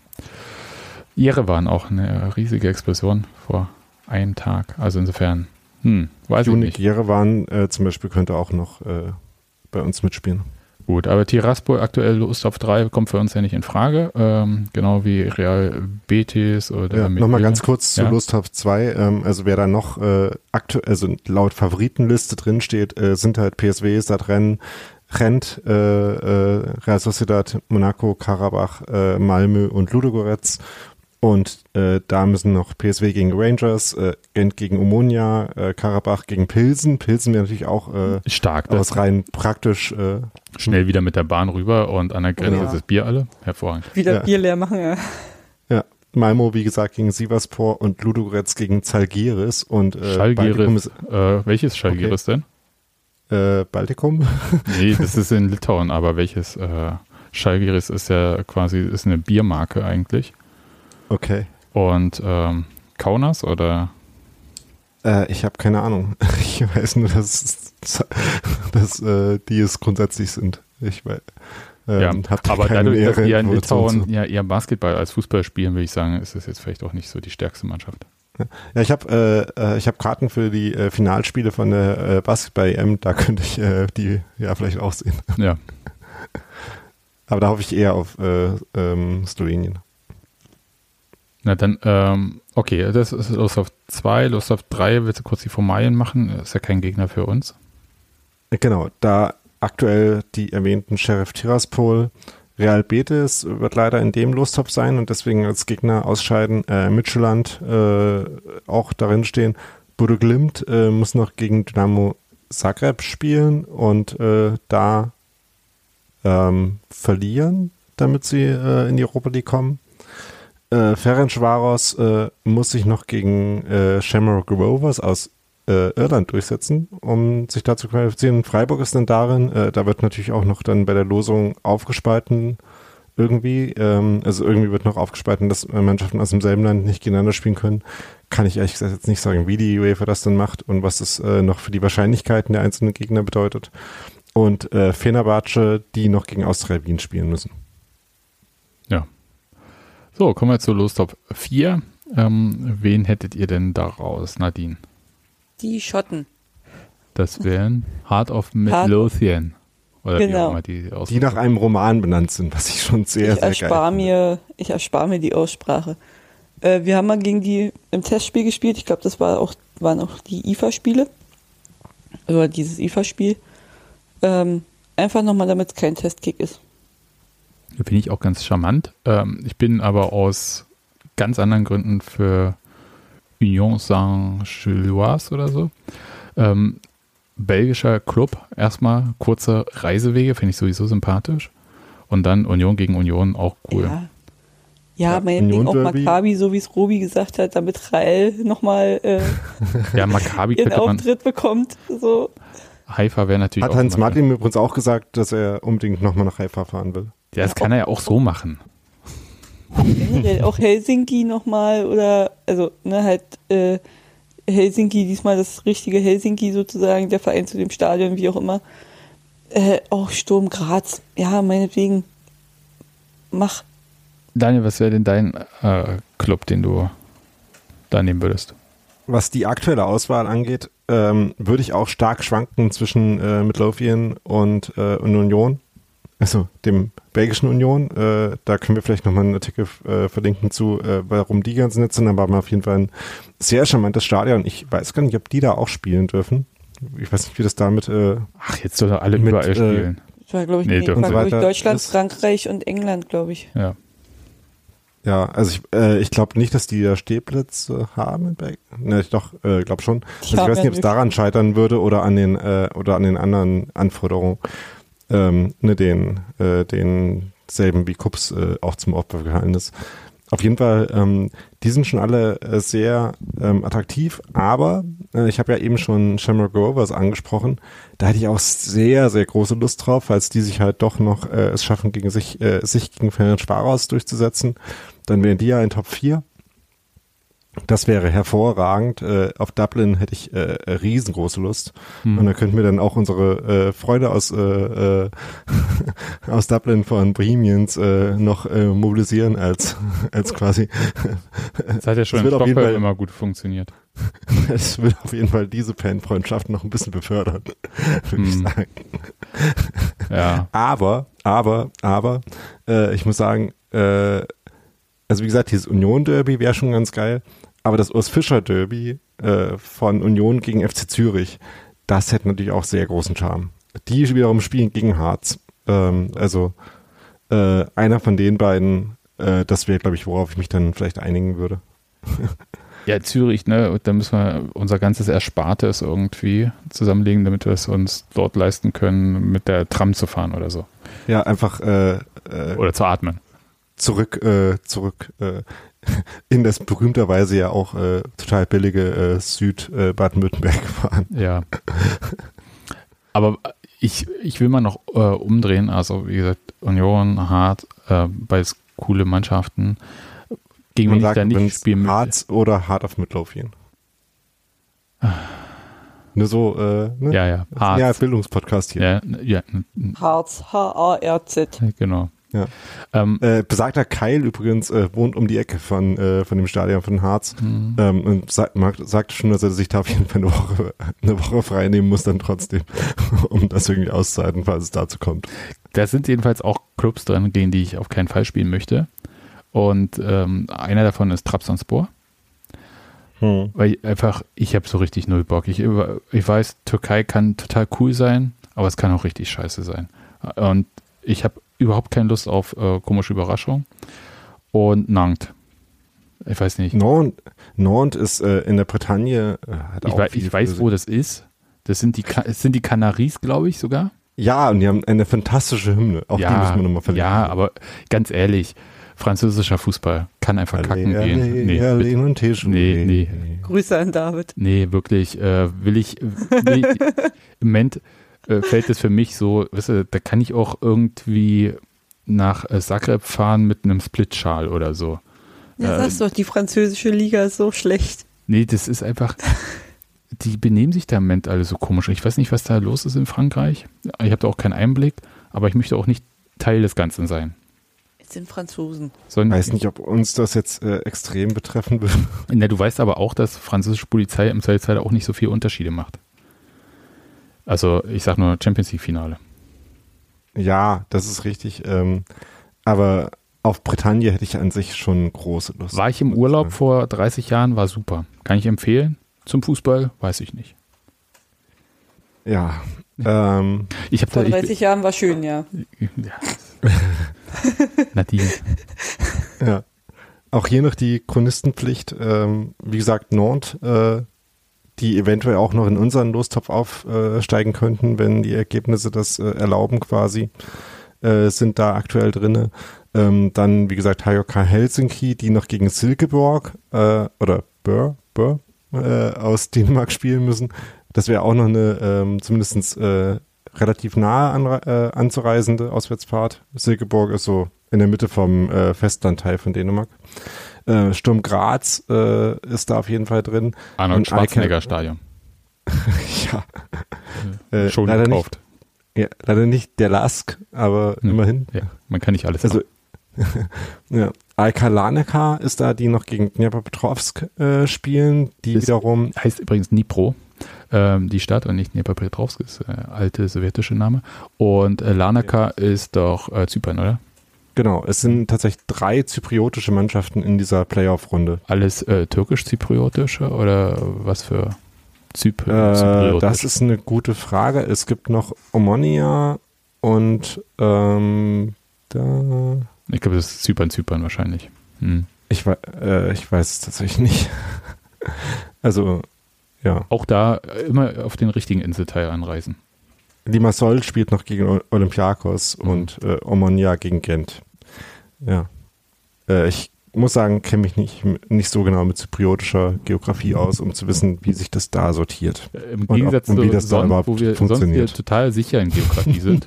A: Jerewan auch eine riesige Explosion vor einem Tag. Also insofern, hm, weiß ich
B: Unique
A: nicht.
B: Jerewan äh, zum Beispiel könnte auch noch äh, bei uns mitspielen.
A: Gut, aber Tiraspol aktuell Lust auf drei kommt für uns ja nicht in Frage. Ähm, genau wie Real Betis oder
B: Ja,
A: mit
B: Nochmal
A: Lille.
B: ganz kurz zu
A: Ja.
B: Lust auf zwei. Ähm, also wer da noch äh, aktuell, also laut Favoritenliste drin steht, äh, sind halt P S V, Stade Rennes, Rennes, äh, äh, Real Sociedad, Monaco, Karabach, äh, Malmö und Ludogorets. Und äh, da müssen noch P S V gegen Rangers, äh, Gent gegen Omonia, äh, Karabach gegen Pilsen. Pilsen wäre natürlich auch äh,
A: Stark, das
B: aus rein praktisch. Äh,
A: schnell wieder mit der Bahn rüber und an der Grenze
C: Ja.
A: ist das Bier alle. Hervorragend.
C: Wieder
B: Ja.
C: Bier leer machen, ja.
B: ja, Malmö, wie gesagt, gegen Sivasspor und Ludogorets gegen Zalgiris. Und äh, Baltikum
A: Schalgiris, äh, welches Schalgiris denn?
B: Äh, Baltikum?
A: Nee, das ist in Litauen, aber welches? Äh, Schalgiris ist ja quasi ist eine Biermarke eigentlich.
B: Okay.
A: Und ähm, Kaunas oder?
B: Äh, ich habe keine Ahnung. Ich weiß nur, dass, dass äh, die es grundsätzlich sind. Ich weiß. Ähm,
A: ja,
B: hab
A: aber
B: keine
A: dadurch, dass
B: nähere
A: die ja in
B: Information
A: Litauen
B: zu.
A: ja eher Basketball als Fußball spielen, würde ich sagen, ist das jetzt vielleicht auch nicht so die stärkste Mannschaft.
B: Ja, ich habe äh, ich habe Karten für die äh, Finalspiele von der äh, Basketball-E M, da könnte ich äh, die ja vielleicht auch sehen.
A: Ja.
B: Aber da hoffe ich eher auf äh, ähm, Slowenien.
A: Na dann, ähm, okay, das ist Lust auf zwei, Lust auf drei, willst du kurz die Formalien machen? Ist ja kein Gegner für uns.
B: Genau, da aktuell die erwähnten Sheriff Tiraspol, Real Betis wird leider in dem Lostopf sein und deswegen als Gegner ausscheiden. Äh, Midtjylland äh, auch darin stehen. Bodo Glimt äh, muss noch gegen Dynamo Zagreb spielen und äh, da ähm, verlieren, damit sie äh, in die Europa League kommen. Äh, Ferencvaros äh, muss sich noch gegen äh, Shamrock Rovers aus äh, Irland durchsetzen, um sich da zu qualifizieren. Freiburg ist dann darin, äh, da wird natürlich auch noch dann bei der Losung aufgespalten irgendwie, ähm, also irgendwie wird noch aufgespalten, dass äh, Mannschaften aus demselben Land nicht gegeneinander spielen können. Kann ich ehrlich gesagt jetzt nicht sagen, wie die UEFA das dann macht und was das äh, noch für die Wahrscheinlichkeiten der einzelnen Gegner bedeutet. Und äh, Fenerbahce, die noch gegen Austria Wien spielen müssen.
A: Ja. So, kommen wir zu Lostopf vier. Ähm, wen hättet ihr denn daraus, Nadine?
C: Die Schotten.
A: Das wären Heart of Midlothian. Oder wie
C: Genau.
A: auch immer die aus.
B: Die nach einem Roman benannt sind, was ich schon sehr,
C: ich
B: sehr
C: erspare
B: geil
C: mir, ich erspare mir die Aussprache. Äh, wir haben mal gegen die im Testspiel gespielt. Ich glaube, das war auch, waren auch die I F A-Spiele. Oder dieses I F A-Spiel. Ähm, einfach nochmal, damit es kein Testkick ist.
A: Finde ich auch ganz charmant. Ähm, ich bin aber aus ganz anderen Gründen für Union Saint-Gilloise oder so. Ähm, belgischer Club, erstmal kurze Reisewege, finde ich sowieso sympathisch. Und dann Union gegen Union, auch cool.
C: Ja, ja,
B: Ja,
C: meinetwegen auch
B: Union-Derby.
C: Maccabi, so wie es Robi gesagt hat, damit Rael nochmal äh,
A: Ja, Maccabi
C: ihren
A: könnte man,
C: Auftritt bekommt. So.
A: Haifa wäre natürlich
B: Hat
A: auch
B: Hans
A: immer
B: Martin mir übrigens auch gesagt, dass er unbedingt nochmal nach Haifa fahren will.
A: Ja, das kann er ja auch so machen.
C: Generell auch Helsinki nochmal oder, also, ne, halt äh, Helsinki, diesmal das richtige Helsinki sozusagen, der Verein zu dem Stadion, wie auch immer. Äh, auch Sturm Graz, ja, meinetwegen, mach.
A: Daniel, was wäre denn dein äh, Club, den du da nehmen würdest?
B: Was die aktuelle Auswahl angeht, ähm, würde ich auch stark schwanken zwischen äh, Midlothian und, äh, und Union. Also dem belgischen Union. Äh, da können wir vielleicht nochmal einen Artikel äh, verlinken zu, äh, warum die ganz nett sind, aber haben auf jeden Fall ein sehr charmantes Stadion. Ich weiß gar nicht, ob die da auch spielen dürfen. Ich weiß nicht, wie das damit äh,
A: Ach, jetzt sollen alle
B: Mit,
A: überall
B: äh,
A: spielen.
C: Das war, glaube ich,
A: Nee,
C: nee,
A: dürfen
C: war,
A: sie
C: glaub ich
B: weiter
C: Deutschland,
B: ist.
C: Frankreich und England, glaube ich.
A: Ja.
B: ja, also ich, äh, ich glaube nicht, dass die da Stehplätze haben in Belgien. Ne, ich doch, äh, glaube schon. Also ich
C: haben
B: weiß
C: ja
B: nicht, ob es daran scheitern würde oder an den äh, oder an den anderen Anforderungen, ähm, ne, den äh, den selben wie Kups äh, auch zum Opfer gefallen ist. Auf jeden Fall, ähm, die sind schon alle äh, sehr ähm, attraktiv, aber äh, ich habe ja eben schon Shamrock Rovers angesprochen, da hätte ich auch sehr, sehr große Lust drauf, falls die sich halt doch noch äh, es schaffen, gegen sich, äh, sich gegen Ferencvaros durchzusetzen, dann wären die ja in Top vier. Das wäre hervorragend. Äh, auf Dublin hätte ich äh, riesengroße Lust.
A: Hm.
B: Und da könnten wir dann auch unsere äh, Freunde aus, äh, äh, aus Dublin von Bohemians äh, noch äh, mobilisieren als, als quasi.
A: Das hat ja schon
B: Es
A: in
B: wird auf jeden
A: Stockholm
B: Fall-
A: immer gut funktioniert.
B: Es will auf jeden Fall diese Fanfreundschaft noch ein bisschen befördern, würde ich
A: Hm.
B: sagen.
A: Ja.
B: Aber, aber, aber, äh, ich muss sagen, äh, also wie gesagt, dieses Union-Derby wäre schon ganz geil, aber das Urs Fischer-Derby äh, von Union gegen F C Zürich, das hätte natürlich auch sehr großen Charme. Die wiederum spielen gegen Harz. Ähm, also äh, einer von den beiden, äh, das wäre, glaube ich, worauf ich mich dann vielleicht einigen würde.
A: Ja, Zürich, ne, da müssen wir unser ganzes Erspartes irgendwie zusammenlegen, damit wir es uns dort leisten können, mit der Tram zu fahren oder so.
B: Ja, einfach äh, äh,
A: Oder zu atmen.
B: zurück, äh, zurück äh, in das berühmterweise ja auch äh, total billige äh, Süd-Baden-Württemberg fahren.
A: Ja. Aber ich, ich will mal noch äh, umdrehen. Also wie gesagt, Union, hart, äh, beides coole Mannschaften. Gegen wen ich da nicht spielen möchte.
B: Harz oder Hart auf Midlauf gehen. Nur so, äh, ne?
A: Ja, ja. Harz.
B: Ja, Bildungspodcast hier.
A: Ja, ja.
C: Harz, H A R Z.
A: Genau.
B: Ja.
A: Ähm,
B: äh, besagter Keil übrigens äh, wohnt um die Ecke von, äh, von dem Stadion von Harz mhm. ähm, und sagt, sagte schon, dass er sich da auf jeden Fall eine Woche, eine Woche frei nehmen muss dann trotzdem, um das irgendwie auszuhalten, falls es dazu kommt.
A: Da sind jedenfalls auch Clubs drin, gegen die ich auf keinen Fall spielen möchte. Und ähm, einer davon ist Trabzonspor. Hm. Weil ich einfach, ich habe so richtig null Bock. Ich, ich weiß, Türkei kann total cool sein, aber es kann auch richtig scheiße sein. Und ich habe überhaupt keine Lust auf äh, komische Überraschungen. Und Nantes. Ich weiß nicht.
B: Nantes, Nantes ist äh, in der Bretagne. Äh, hat
A: ich
B: auch
A: weiß, ich weiß wo das ist. Das sind die, das sind die Canaries, glaube ich, sogar.
B: Ja, und die haben eine fantastische Hymne. Auch
A: ja,
B: die müssen wir nochmal verlinken.
A: Ja, aber ganz ehrlich, französischer Fußball kann einfach
B: alle,
A: kacken
B: alle,
A: gehen. Nee,
B: alle und Tisch.
A: nee, nee.
C: Grüße an David.
A: Nee, wirklich, äh, will ich, will ich im Moment äh, fällt es für mich so, weißt du, da kann ich auch irgendwie nach äh, Zagreb fahren mit einem Splitschal oder so.
C: Ja,
A: äh,
C: sagst doch, die französische Liga ist so schlecht.
A: Nee, das ist einfach, die benehmen sich da im Moment alle so komisch. Ich weiß nicht, was da los ist in Frankreich. Ich habe da auch keinen Einblick, aber ich möchte auch nicht Teil des Ganzen sein.
C: Es sind Franzosen.
B: Ich weiß nicht, ob uns das jetzt äh, extrem betreffen würde.
A: Na, du weißt aber auch, dass französische Polizei im Zweifelsfall auch nicht so viele Unterschiede macht. Also ich sag nur Champions League Finale.
B: Ja, das ist richtig. Ähm, aber auf Bretagne hätte ich an sich schon große Lust.
A: War ich im Urlaub vor dreißig Jahren, war super. Kann ich empfehlen. Zum Fußball, weiß ich nicht.
B: Ja. Ähm,
A: ich hab
C: vor
A: da,
C: dreißig ich, Jahren war schön, ja.
A: ja. Nadine.
B: Ja. Auch hier noch die Chronistenpflicht. Ähm, wie gesagt, Nantes, äh, die eventuell auch noch in unseren Lostopf aufsteigen könnten, wenn die Ergebnisse das äh, erlauben quasi, äh, sind da aktuell drinne. Ähm, dann, wie gesagt, H J K Helsinki, die noch gegen Silkeborg äh, oder Bør, Bør äh, aus Dänemark spielen müssen. Das wäre auch noch eine ähm, zumindest äh, relativ nahe anre- äh, anzureisende Auswärtsfahrt. Silkeborg ist so in der Mitte vom äh, Festlandteil von Dänemark. Äh, Sturm Graz äh, ist da auf jeden Fall drin.
A: Arnold Schwarzenegger Stadion.
B: Ja.
A: Äh, Schon
B: leider
A: gekauft.
B: Nicht, ja, leider nicht der Lask, aber
A: ja.
B: immerhin.
A: Ja, man kann nicht alles
B: also, ja. Alka Larnaca ist da, die noch gegen Dnipropetrovsk äh, spielen, die
A: das
B: wiederum...
A: heißt übrigens Dnipro, ähm, die Stadt, und nicht Dnipropetrovsk, ist der äh, alte sowjetische Name. Und äh, Larnaca ja. ist doch äh, Zypern, oder?
B: Genau, es sind tatsächlich drei zypriotische Mannschaften in dieser Playoff-Runde.
A: Alles äh, türkisch-zypriotische oder was für Zyp-
B: äh,
A: zypriotisch?
B: Das ist eine gute Frage. Es gibt noch Omonia und ähm, da...
A: Ich glaube, das ist Zypern, Zypern wahrscheinlich. Hm.
B: Ich, äh, ich weiß es tatsächlich nicht. Also, ja.
A: Auch da immer auf den richtigen Inselteil anreisen.
B: Limassol spielt noch gegen Olympiakos mhm. und äh, Omonia gegen Gent. Ja. Äh, ich muss sagen, kenne mich nicht, nicht so genau mit zypriotischer Geografie aus, um zu wissen, wie sich das da sortiert.
A: Äh, Im Gegensatz
B: und,
A: zu
B: und wie das
A: sonst,
B: da überhaupt
A: wo wir
B: funktioniert.
A: sonst hier total sicher in Geografie sind.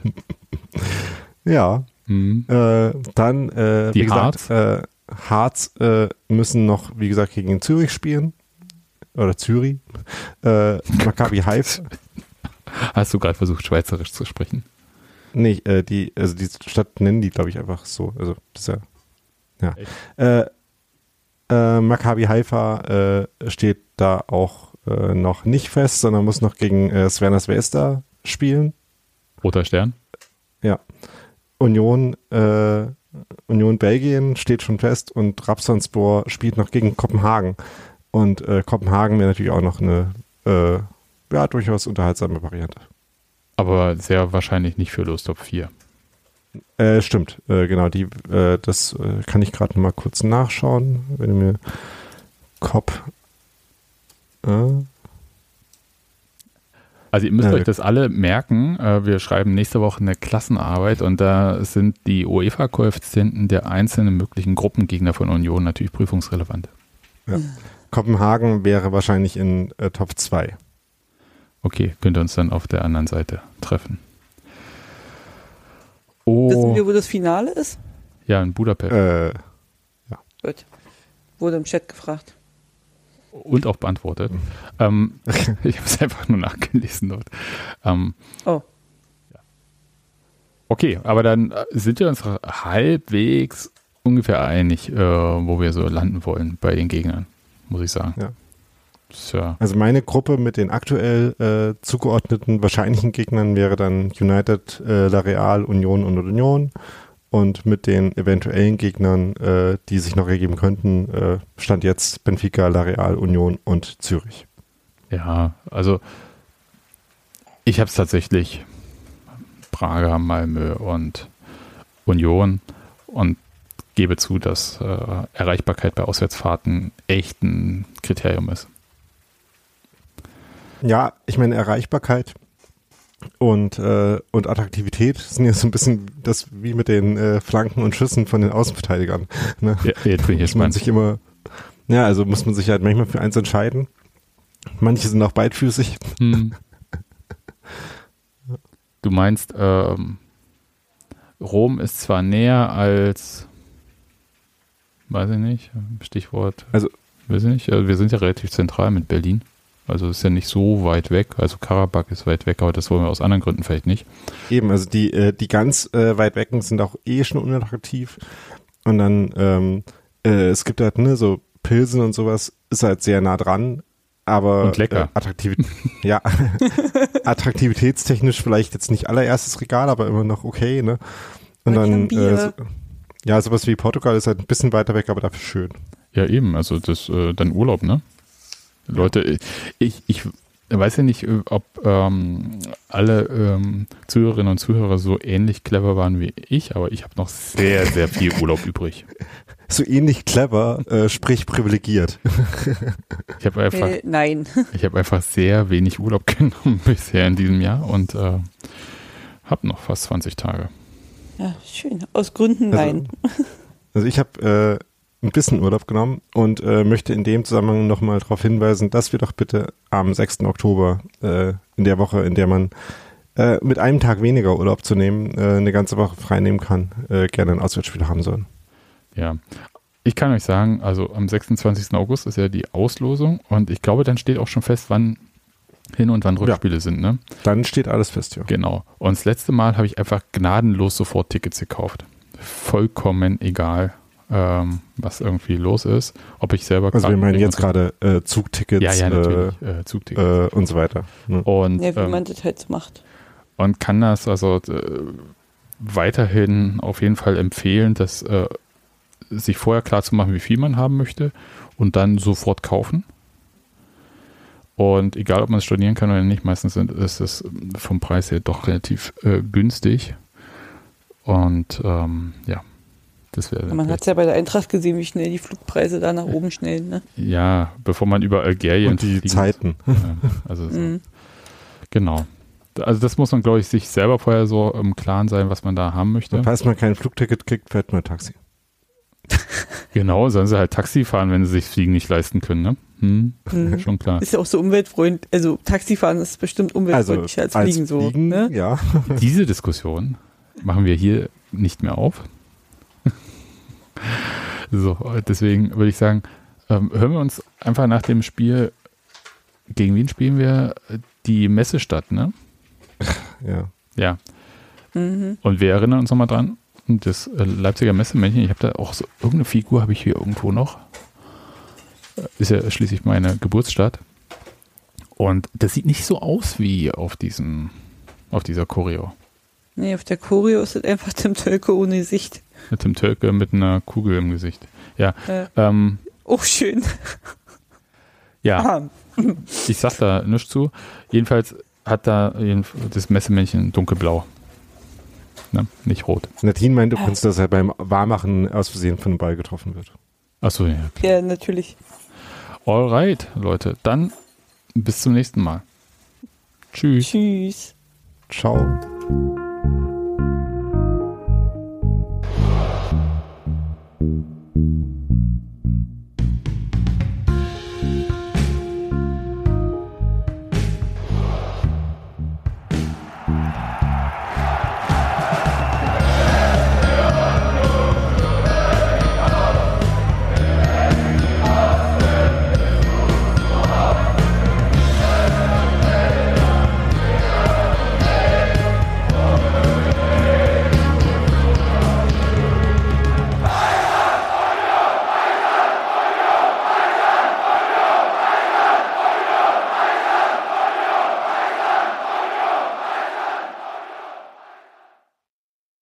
B: Ja.
A: Mhm.
B: Äh, dann, äh,
A: Die
B: wie gesagt,
A: Harz,
B: äh, Harz äh, müssen noch, wie gesagt, gegen Zürich spielen. Oder Zürich. Äh, Maccabi Haifa.
A: Hast du gerade versucht, Schweizerisch zu sprechen?
B: Nee, äh, die, also die Stadt nennen die, glaube ich, einfach so. Also, das ist ja. ja. Äh, äh, Maccabi Haifa äh, steht da auch äh, noch nicht fest, sondern muss noch gegen äh, Cervena Zvezda spielen.
A: Roter Stern?
B: Ja. Union, äh, Union Belgien steht schon fest und Trabzonspor spielt noch gegen Kopenhagen. Und äh, Kopenhagen wäre natürlich auch noch eine äh, ja, durchaus unterhaltsame Variante.
A: Aber sehr wahrscheinlich nicht für Lostopf vier.
B: Äh, stimmt, äh, genau, die, äh, das äh, kann ich gerade mal kurz nachschauen, wenn du mir Kop äh,
A: Also ihr müsst
B: äh,
A: euch das alle merken, äh, wir schreiben nächste Woche eine Klassenarbeit und da sind die UEFA-Koeffizienten der einzelnen möglichen Gruppengegner von Union natürlich prüfungsrelevant.
B: Ja. Kopenhagen wäre wahrscheinlich in äh, Top zwei.
A: Okay, könnt ihr uns dann auf der anderen Seite treffen. Oh,
C: Wissen wir, wo das Finale ist?
A: ja, in Budapest.
B: Äh,
C: Gut. Wurde im Chat gefragt.
A: Und auch beantwortet. ähm, ich habe es einfach nur nachgelesen dort. Ähm,
C: Oh.
A: okay, aber dann sind wir uns halbwegs ungefähr einig, äh, wo wir so landen wollen bei den Gegnern, muss ich sagen.
B: Ja.
A: Tja.
B: Also meine Gruppe mit den aktuell äh, zugeordneten wahrscheinlichen Gegnern wäre dann United, äh, La Real, Union und Union. Und mit den eventuellen Gegnern, äh, die sich noch ergeben könnten, äh, stand jetzt Benfica, La Real, Union und Zürich.
A: Ja, also ich habe es tatsächlich Braga, Malmö und Union und gebe zu, dass äh, Erreichbarkeit bei Auswärtsfahrten echt ein Kriterium ist.
B: Ja, ich meine Erreichbarkeit und, äh, und Attraktivität sind ja so ein bisschen das wie mit den äh, Flanken und Schüssen von den Außenverteidigern. Ne?
A: Ja, jetzt bin ich
B: Muss man
A: gespannt.
B: sich immer, ja, also muss man sich halt manchmal für eins entscheiden. Manche sind auch beidfüßig.
A: Hm. Du meinst, ähm, Rom ist zwar näher als, weiß ich nicht, Stichwort,
B: Also-
A: weiß ich nicht, äh, wir sind ja relativ zentral mit Berlin. Also ist ja nicht so weit weg. Also Karabakh ist weit weg, aber das wollen wir aus anderen Gründen vielleicht nicht.
B: Eben, also die, äh, die ganz äh, weit wecken sind auch eh schon unattraktiv. Und dann, ähm, äh, es gibt halt, ne, so Pilsen und sowas, ist halt sehr nah dran, aber
A: Und lecker.
B: Äh, Attraktivität, ja, attraktivitätstechnisch vielleicht jetzt nicht allererstes Regal, aber immer noch okay, ne? Und
C: Mit
B: dann,
C: einem Bier.
B: äh, so, ja, sowas wie Portugal ist halt ein bisschen weiter weg, aber dafür schön.
A: Ja, eben. Also das äh, dann Urlaub, ne? Leute, ich, ich weiß ja nicht, ob ähm, alle ähm, Zuhörerinnen und Zuhörer so ähnlich clever waren wie ich, aber ich habe noch sehr, sehr viel Urlaub übrig.
B: So ähnlich clever, äh, sprich privilegiert.
A: Ich habe einfach,
C: Äh, nein.
A: ich habe einfach sehr wenig Urlaub genommen bisher in diesem Jahr und äh, habe noch fast zwanzig Tage.
C: Ja, schön. Aus Gründen
B: Also-
C: nein.
B: Also ich habe äh, ein bisschen Urlaub genommen und äh, möchte in dem Zusammenhang nochmal darauf hinweisen, dass wir doch bitte am sechsten Oktober, äh, in der Woche, in der man äh, mit einem Tag weniger Urlaub zu nehmen, äh, eine ganze Woche frei nehmen kann, äh, gerne ein Auswärtsspiel haben sollen.
A: Ja, ich kann euch sagen, also am sechsundzwanzigsten August ist ja die Auslosung und ich glaube, dann steht auch schon fest, wann Hin- und wann Rückspiele sind, ne?
B: Dann steht alles fest, ja.
A: Genau. Und das letzte Mal habe ich einfach gnadenlos sofort Tickets gekauft. Vollkommen egal, ähm, was irgendwie los ist. Ob ich selber
B: Also wir
A: Karten
B: meinen
A: kriege
B: jetzt
A: und so.
B: gerade äh, Zugtickets
A: Ja, ja, natürlich. Äh,
B: äh,
A: Zugtickets.
B: äh, und so weiter. Ne?
A: Und,
C: Ja, wie
A: ähm,
C: man das halt so macht.
A: und kann das also äh, weiterhin auf jeden Fall empfehlen, dass äh, sich vorher klar zu machen, wie viel man haben möchte und dann sofort kaufen. Und egal, ob man es stornieren kann oder nicht, meistens sind, ist es vom Preis her doch relativ äh, günstig. Und ähm, ja, das wäre.
C: Man hat es ja bei der Eintracht gesehen, wie schnell die Flugpreise da nach oben schnellen. Ne?
A: Ja, bevor man über Algerien
B: Und die
A: fliegen-
B: Zeiten.
A: Ja, also so.
C: Mhm.
A: Genau. Also das muss man, glaube ich, sich selber vorher so im Klaren sein, was man da haben möchte.
B: Und falls man kein Flugticket kriegt, fährt man Taxi.
A: Genau, sollen sie halt Taxi fahren, wenn sie sich Fliegen nicht leisten können, ne? Hm,
C: Mhm.
A: schon klar.
C: Ist ja auch so umweltfreundlich. Also Taxifahren ist bestimmt umweltfreundlicher als Fliegen so. Ne?
B: ja.
A: Diese Diskussion machen wir hier nicht mehr auf. So, deswegen würde ich sagen, ähm, hören wir uns einfach nach dem Spiel, gegen wen spielen wir? Die Messestadt, ne?
B: Ja.
A: Ja.
C: Mhm.
A: Und wir erinnern uns nochmal dran, das äh, Leipziger Messemännchen, ich habe da auch so, irgendeine Figur habe ich hier irgendwo noch. Äh, Ist ja schließlich meine Geburtsstadt. Und das sieht nicht so aus wie auf diesem, auf dieser Choreo.
C: Nee, auf der Choreo ist es einfach Tim Tölke ohne Sicht.
A: Mit dem Tölke mit einer Kugel im Gesicht. Ja.
C: Äh,
A: Ähm,
C: oh, schön.
A: ja,
C: Ah,
A: ich sag da nichts zu. Jedenfalls hat da jeden- das Messemännchen dunkelblau. Ne? Nicht rot.
B: Nadine meint übrigens, dass er beim Warmachen aus Versehen von dem Ball getroffen wird.
A: Achso, ja.
C: ja, natürlich.
A: Alright, Leute. Dann bis zum nächsten Mal. Tschüss.
C: Tschüss.
B: Ciao.